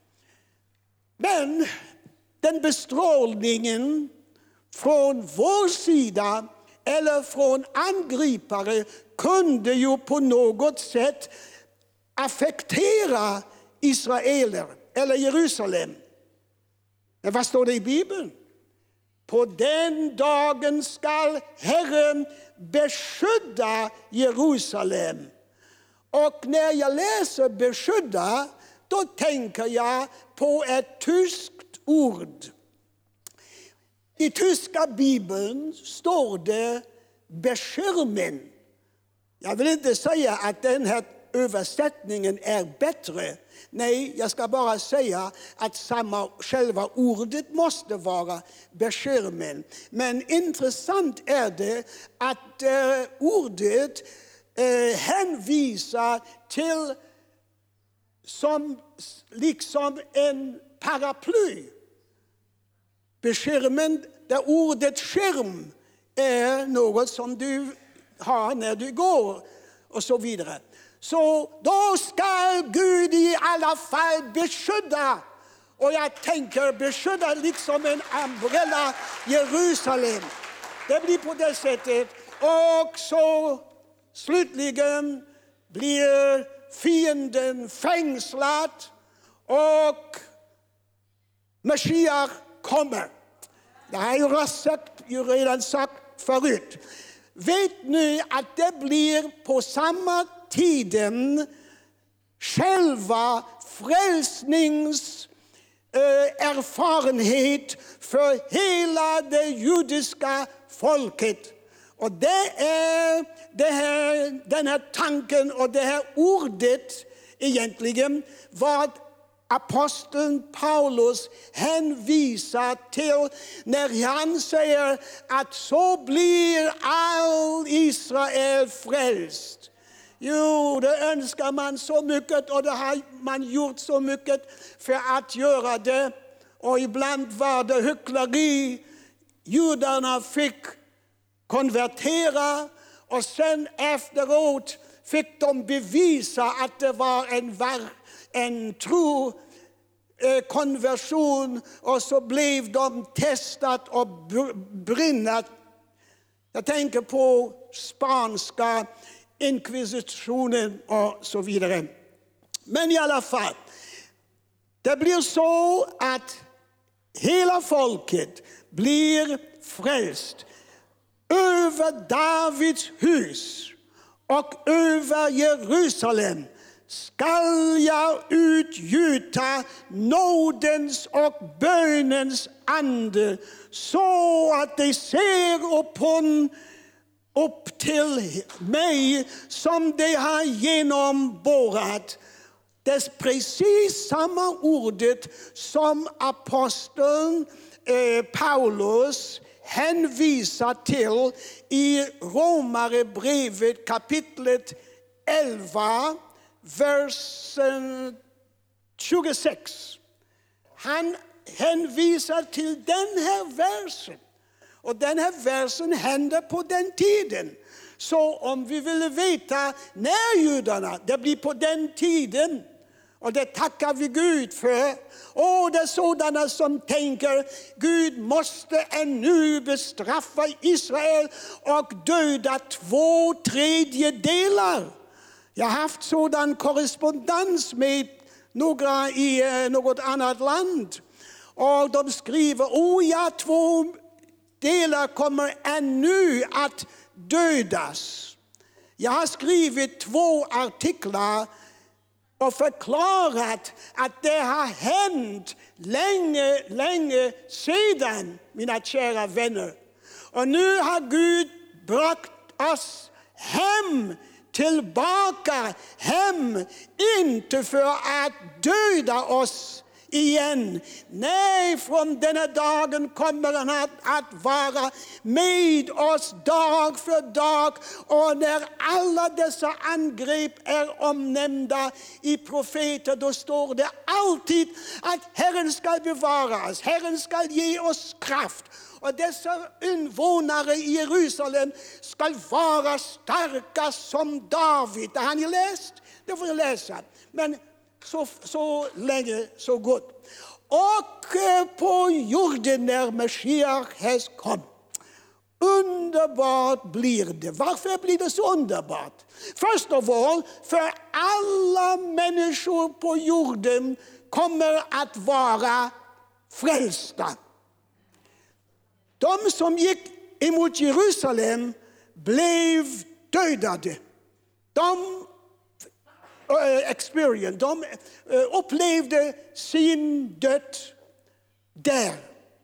Men den bestrålningen från vår sida eller från angripare kunde ju på något sätt affektera israeler eller Jerusalem. Men vad står det i Bibeln? På den dagen skall Herren beskydda Jerusalem. Och när jag läser beskydda, då tänker jag på ett tyskt ord. I tyska Bibeln står det beschirmen. Jag vill inte säga att den här översättningen är bättre. Nej, jag ska bara säga att samma själva ordet måste vara beschirmen. Men intressant är det att eh, ordet eh, hänvisar till som liksom en paraply. Beskärmen, där ordet skärm är något som du har när du går och så vidare. Så då ska Gud i alla fall beskydda. Och jag tänker beskydda liksom en umbrella Jerusalem. Det blir på det sättet. Och så slutligen blir fienden fängslad och Messias kommer. Det har jag sagt, ju redan sagt förut. vet ni att det blir på samma tiden själva frälsnings eh, erfarenhet för hela det judiska folket. Och det är det här, den här tanken och det här ordet egentligen vad aposteln Paulus hänvisar till när han säger att så blir all Israel frälst. Jo, det önskar man så mycket och det har man gjort så mycket för att göra det. Och ibland var det hyckleri. Judarna fick konvertera och sen efteråt fick de bevisa att det var en, en tro eh, konversion och så blev de testat och brinnat. Jag tänker på spanska inkvisitionen och så vidare. Men i alla fall, det blir så att hela folket blir frälst. Över Davids hus och över Jerusalem skall jag utgjuta nådens och bönens ande så att de ser uppon, upp till mig som de har genomborrat. Det är precis samma ordet som aposteln eh, Paulus hänvisar till i Romarbrevet kapitlet elva, versen tjugosex. Han hänvisar till den här versen. Och den här versen hände på den tiden. Så om vi vill veta när judarna, det blir på den tiden. Och det tackar vi Gud för. Och det är sådana som tänker Gud måste ännu bestraffa Israel och döda två tredjedelar. Jag har haft sådan korrespondens med några i något annat land. Och de skriver, oh ja, två delar kommer ännu att dödas. Jag har skrivit två artiklar och förklarat att det har hänt länge, länge sedan, mina kära vänner. Och nu har Gud bragt oss hem, tillbaka hem, inte för att döda oss igen. Nej, från denna dagen kommer han att, att vara med oss dag för dag. Och när alla dessa angrepp är omnämnda i profeter, då står det alltid att Herren ska bevara oss. Herren ska ge oss kraft. Och dessa invånare i Jerusalem ska vara starka som David. Det har ni läst? Det får ni läsa. Men Så, så länge, så gott. Och på jorden när Messias kom. Underbart blir det. Varför blir det så underbart? Först av allt, för alla människor på jorden kommer att vara frälsta. De som gick emot Jerusalem blev dödade. De experience. De upplevde sin död där.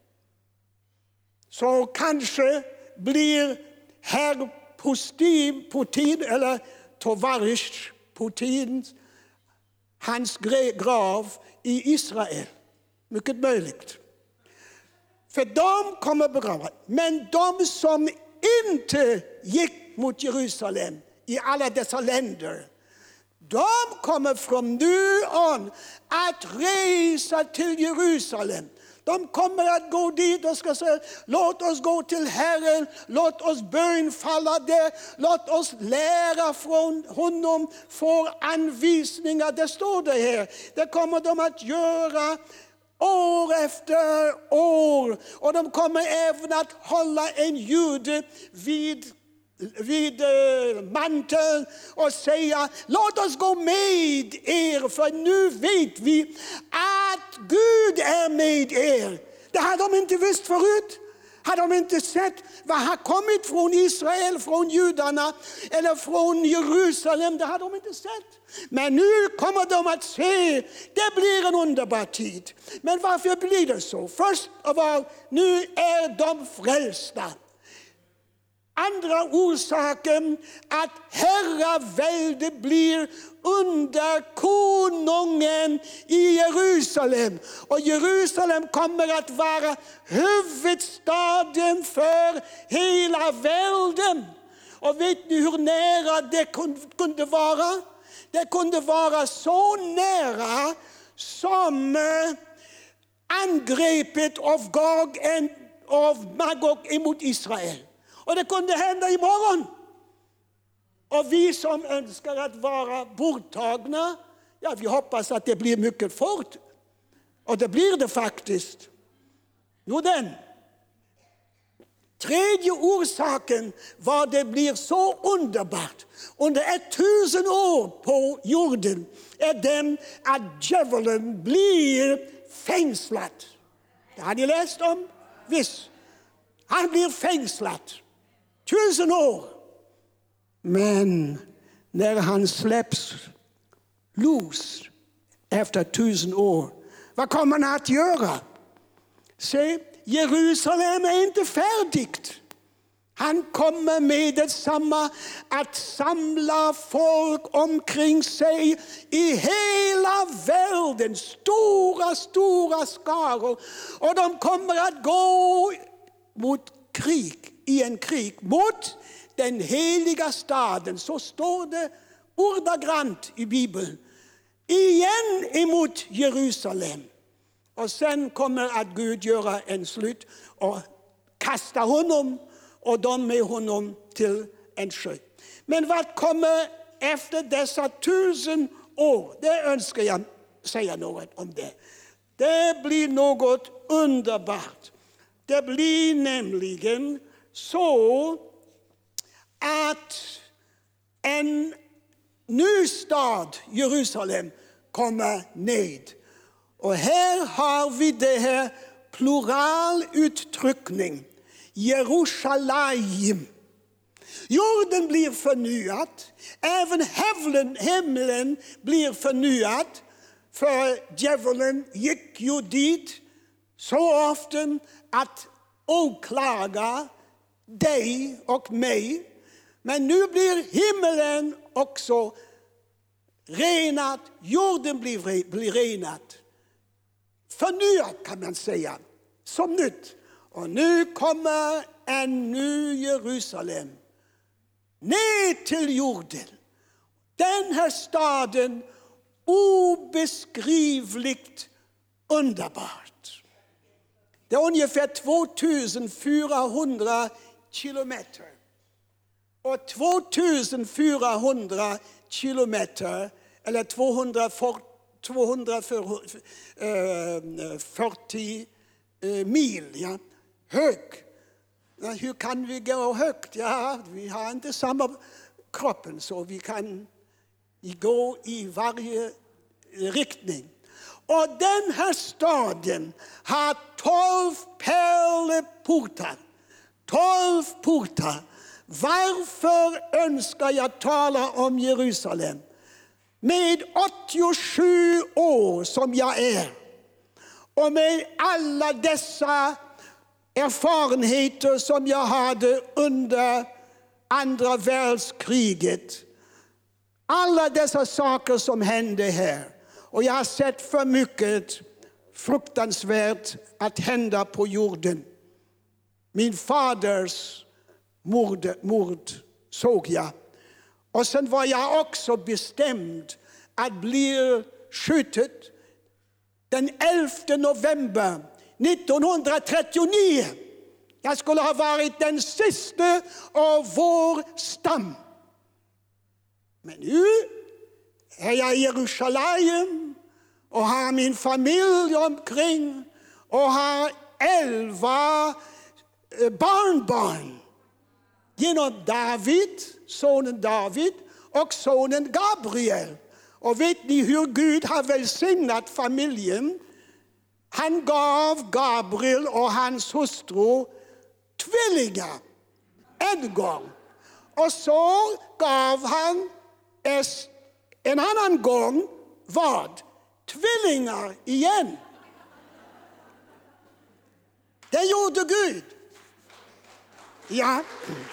Så kanske blir herr Putin, Putin eller Tovarish Putin hans grav i Israel. Mycket möjligt. För de kommer begrava. Men de som inte gick mot Jerusalem i alla dessa länder, de kommer från nu an att resa till Jerusalem. De kommer att gå dit och ska säga, låt oss gå till Herren, låt oss bönfalla det, låt oss lära från honom, få anvisningar. Det står det här. Det kommer de att göra år efter år. Och de kommer även att hålla en jude vid vid manteln och säga, låt oss gå med er, för nu vet vi att Gud är med er. Det har de inte visst förut. Har de inte sett vad har kommit från Israel, från judarna eller från Jerusalem? Det har de inte sett. Men nu kommer de att se, det blir en underbar tid. Men varför blir det så? Först av allt, nu är de frälsta. Andra orsaken att herravälde blir under konungen i Jerusalem. Och Jerusalem kommer att vara huvudstaden för hela världen. Och vet ni hur nära det kunde vara? Det kunde vara så nära som angreppet av Gog och Magog emot Israel. Och det kunde hända imorgon. Och vi som önskar att vara borttagna, ja, vi hoppas att det blir mycket fort. Och det blir det faktiskt. Jo, den. Tredje orsaken var det blir så underbart under ett tusen år på jorden är den att djävulen blir fängslad. Det har ni läst om? Visst. Han blir fängslad. Tusen år. Men när han släpps los efter tusen år, vad kommer han att göra? Se, Jerusalem är inte färdigt. Han kommer med detsamma att samla folk omkring sig i hela världen. Stora, stora skaror. Och de kommer att gå mot krig, i en krig mot den heliga staden. Så står det ordagrant i Bibeln. Igen emot Jerusalem. Och sen kommer att Gud göra en slut och kasta honom och de med honom till en sjö. Men vad kommer efter dessa tusen år? Det önskar jag säga något om det. Det blir något underbart. Det blir nämligen så att en ny stad, Jerusalem, kommer ned. Och här har vi det här pluraluttryckning. Jerusalem. Jorden blir förnyad. Även himlen, himlen blir förnyad. För djävulen gick ju dit så ofta att åklaga dig och mig. Men nu blir himlen också renad. Jorden blir, blir renad. Förnyad kan man säga. Som nytt. Och nu kommer en ny Jerusalem. Ner till jorden. Den här staden obeskrivligt underbart. Det är ungefär tvåtusenfyrahundra kilometer. Och tvåtusenfyrahundra kilometer, eller tvåhundrafyrtio mil, ja, hög. Ja, hur kan vi gå högt? Ja, vi har inte samma kroppen så vi kan gå i varje riktning. Och den här staden har tolv pärleportar. Tolv portar. Varför önskar jag tala om Jerusalem? Med åttiosju år som jag är och med alla dessa erfarenheter som jag hade under andra världskriget. Alla dessa saker som hände här. Och jag har sett för mycket fruktansvärt att hända på jorden. Min faders mord, mord såg jag. Och sen var jag också bestämd att bli skjutet den elfte november nittonhundratrettionio. Jag skulle ha varit den sista av vår stam. Men nu är jag i Jerusalem och har min familj omkring och har elva barnbarn. Genom David, sonen David och sonen Gabriel. Och vet ni hur Gud har välsignat familjen? Han gav Gabriel och hans hustru tvillingar en gång. Och så gav han en annan gång vad? Tvillingar igen. Det gjorde Gud. Ja.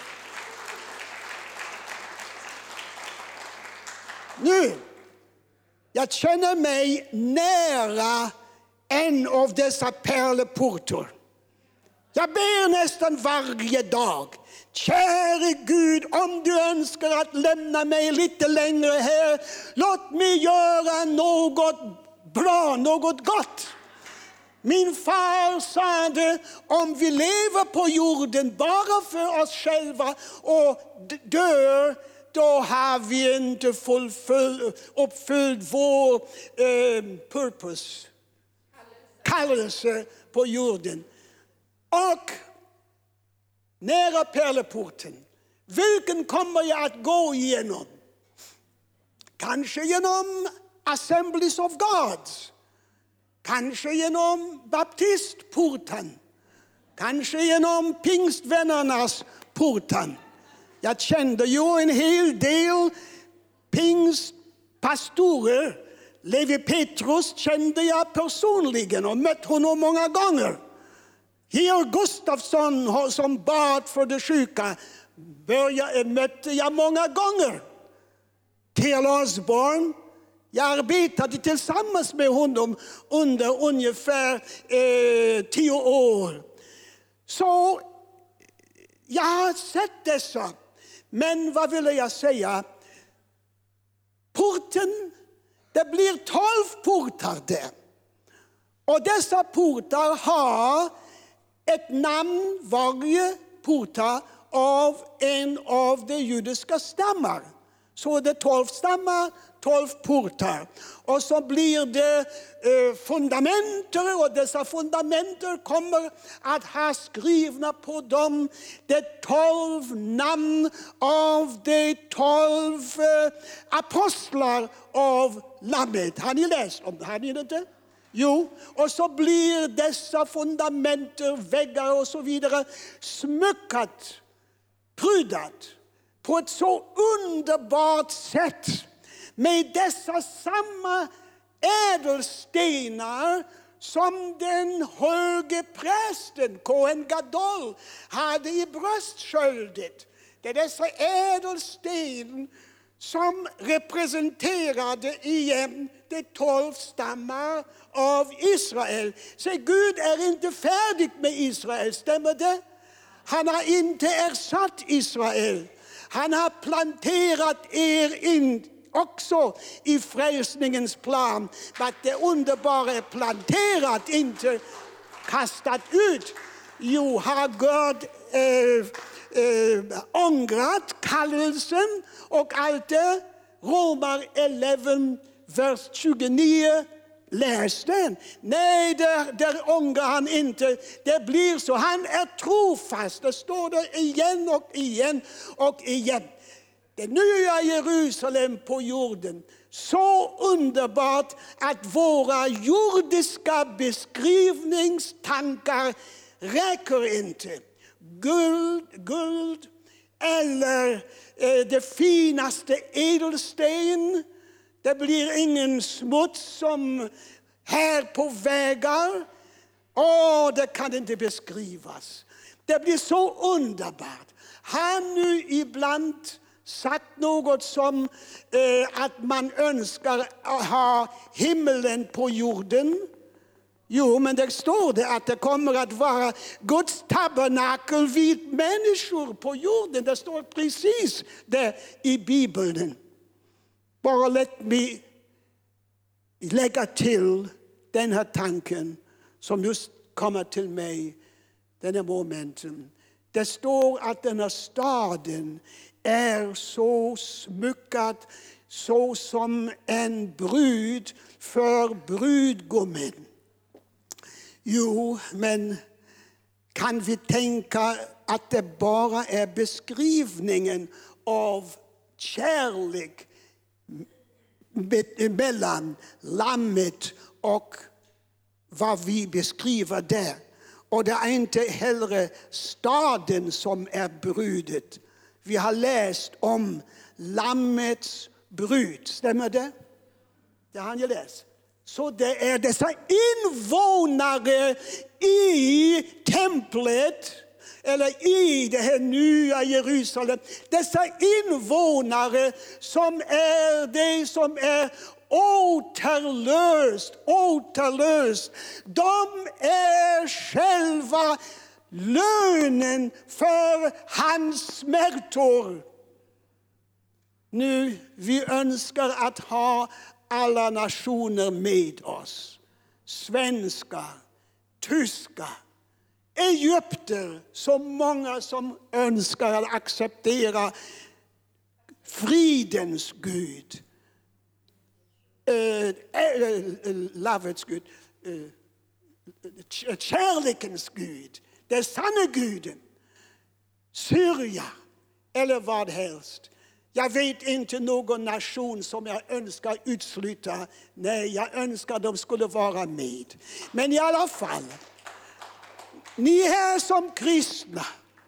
Nu, jag känner mig nära en av dessa pärleportar. Jag ber nästan varje dag. Käre Gud, om du önskar att lämna mig lite längre här, låt mig göra något bra, något gott. Min far sa det, om vi lever på jorden bara för oss själva och dör, då har vi inte fullföljd, uppfyllt vår eh, purpose, kallelse på jorden. Och nära pärleporten, vilken kommer jag att gå igenom? Kanske genom Assemblies of Gods. Kanske genom baptistporten. Kanske genom pingstvännernas porten. Jag kände ju en hel del pingstpastorer. Levi Petrus kände jag personligen och mött honom många gånger. Georg Gustafsson som bad för de sjuka började, mötte jag många gånger. T L Osborne, jag arbetade tillsammans med honom under ungefär eh, tio år. Så jag har sett dessa. Men vad vill jag säga? Porten, det blir tolv portar där. Och dessa portar har ett namn, varje porta av en av de judiska stammar. Så det är tolv stammar, tolv portar. Och så blir det eh, fundamenter, och dessa fundamenter kommer att ha skrivna på dem de tolv namn av de tolv eh, apostlar av Lammet. Har ni läst om det? Har ni inte? Jo, och så blir dessa fundamenter, väggar och så vidare smyckat, pryddat på ett så underbart sätt med dessa samma ädelstenar som den höge prästen Kohen Gadol hade i bröstsköldet. Det är dessa ädelsten som representerade igen de tolv stammar av Israel. Så Gud är inte färdig med Israel, stämmer det? Han har inte ersatt Israel. Han har planterat er in också i frälsningens plan. Men det underbara är planterat, inte kastat ut. Jo, har Gud eh, eh, ångrat kallelsen och allt det? Romar elva, vers tjugonio. Läs den. Nej, där, där ångrar han inte. Det blir så. Han är trofast. Det står det igen och igen och igen. Det nya Jerusalem på jorden. Så underbart att våra jordiska beskrivningstankar räcker inte. Guld, guld eller eh, det finaste ädelsten. Det blir ingen smuts som här på vägar. Åh, det kan inte beskrivas. Det blir så underbart. Han nu ibland sagt något som eh, att man önskar ha himlen på jorden. Jo, men det står det att det kommer att vara Guds tabernakel vid människor på jorden. Det står precis det i Bibeln. Bara låt mig lägga till den här tanken som just kommer till mig, den här momenten. Det står att den här staden är så smyckad så som en brud för brudgummen. Jo, men kan vi tänka att det bara är beskrivningen av kärlek mellan lammet och vad vi beskriver där. Och det är inte heller staden som är brudet. Vi har läst om lammets brud. Stämmer det? Det har ni läst. Så det är dessa invånare i templet, eller i det här nya Jerusalem. Dessa invånare som är det som är återlöst, återlöst. De är själva lönen för hans smärtor. Nu vi önskar att ha alla nationer med oss. Svenskar, tyskar, egypter, så många som önskar att acceptera fridens Gud. Uh, uh, lovets Gud, uh, kärlekens Gud, den sanna Guden, Syria eller vad helst. Jag vet inte någon nation som jag önskar utsluta. Nej, jag önskar de skulle vara med. Men i alla fall, ni är som kristna.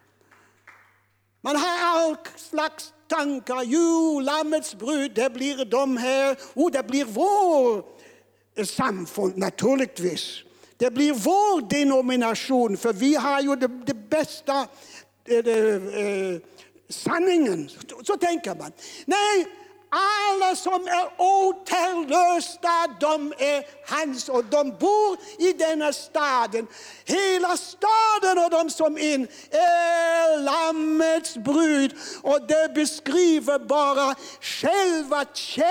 Man har all slags tankar. Jo, lammets brud, det blir de här. Och det blir vår samfund naturligtvis. Det blir vår denomination. För vi har ju det, det bästa det, det, sanningen. Så, så tänker man. Nej, alla som är återlösta, de är hans och de bor i denna staden. Hela staden och de som in är lammets brud. Och det beskriver bara själva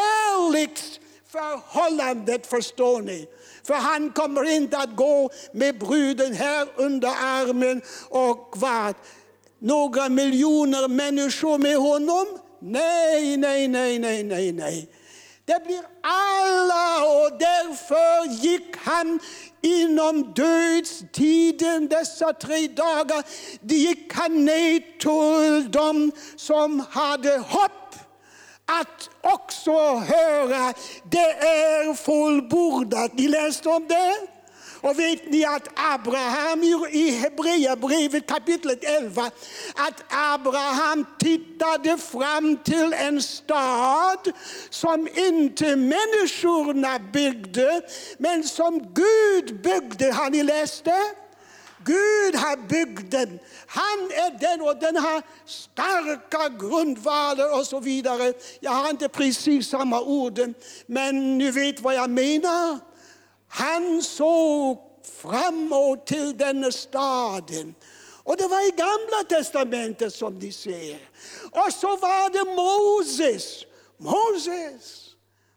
kärleksförhållandet, förstår ni. För han kommer inte att gå med bruden här under armen och vad? Några miljoner människor med honom? Nej, nej, nej, nej, nej, nej. Det blir alla, och därför gick han inom dödstiden dessa tre dagar. Det gick han ner till dem som hade hopp att också höra det är fullbordat. Ni läste om det? Och vet ni att Abraham i Hebreerbrevet kapitlet elva, att Abraham tittade fram till en stad som inte människorna byggde, men som Gud byggde. Har ni läst det? Gud har byggt den. Han är den, och den har starka grundvalar och så vidare. Jag har inte precis samma ord, men ni vet vad jag menar. Han såg framåt till den staden. Och det var i Gamla testamentet som ni ser. Och så var det Moses. Moses.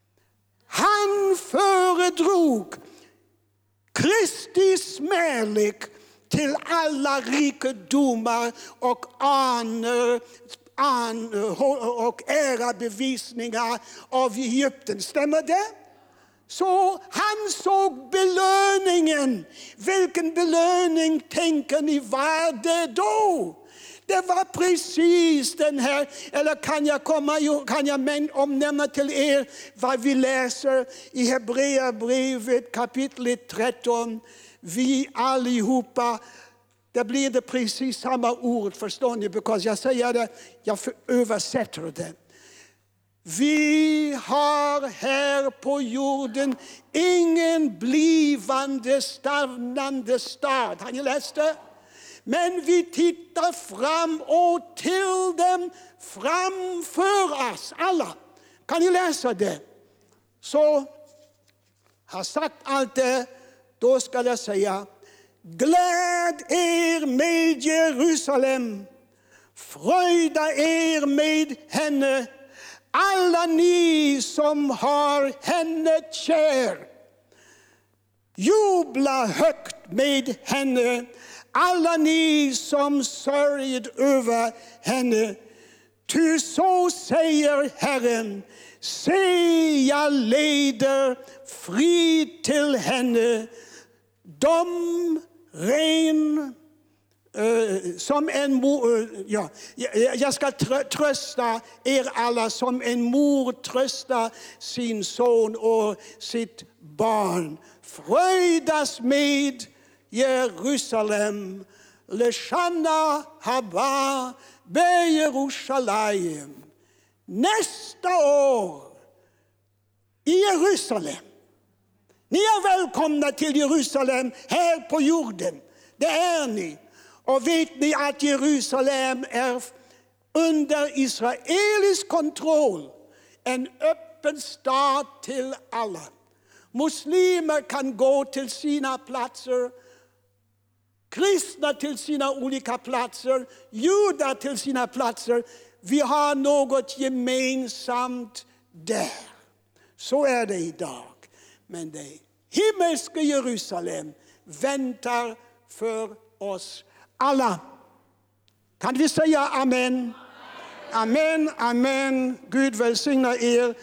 Han föredrog Kristi smälek till alla rikedomar och anor och ärabevisningar av Egypten. Stämmer det? Så han såg belöningen. Vilken belöning tänker ni var det då? Det var precis den här, eller kan jag komma, kan jag omnämna till er vad vi läser i Hebreerbrevet kapitel tretton. Vi allihopa, det blir det precis samma ord, förstår ni? Because jag säger det, jag översätter det. Vi har här på jorden ingen blivande stannande stad. Har ni läst det? Men vi tittar framåt till dem framför oss alla. Kan ni läsa det? Så har sagt allt det, då ska jag säga: gläd er med Jerusalem, fröjda er med henne, alla ni som har henne kär. Jubla högt med henne, alla ni som sörjt över henne. Ty så säger Herren: se, jag leder fri till henne, de ren Uh, som en mor, uh, ja, jag ska trösta er alla som en mor tröstar sin son och sitt barn. Fröjdas med Jerusalem. Leshana haba be Jerusalem. Nästa år i Jerusalem. Ni är välkomna till Jerusalem här på jorden. Det är ni. Och vet ni att Jerusalem är under israelisk kontroll. En öppen stad till alla. Muslimer kan gå till sina platser. Kristna till sina olika platser. Judar till sina platser. Vi har något gemensamt där. Så är det idag. Men det himmelska Jerusalem väntar för oss alla. Kan vi säga amen? Amen, amen. Gud välsigna er.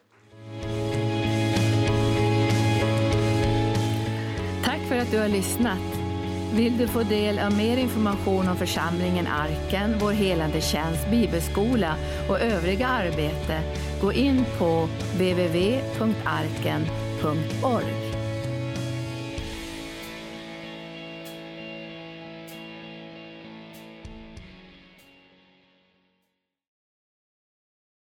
Tack för att du har lyssnat. Vill du få del av mer information om församlingen Arken, vår helande tjänst, bibelskola och övriga arbete, gå in på w w w punkt arken punkt org.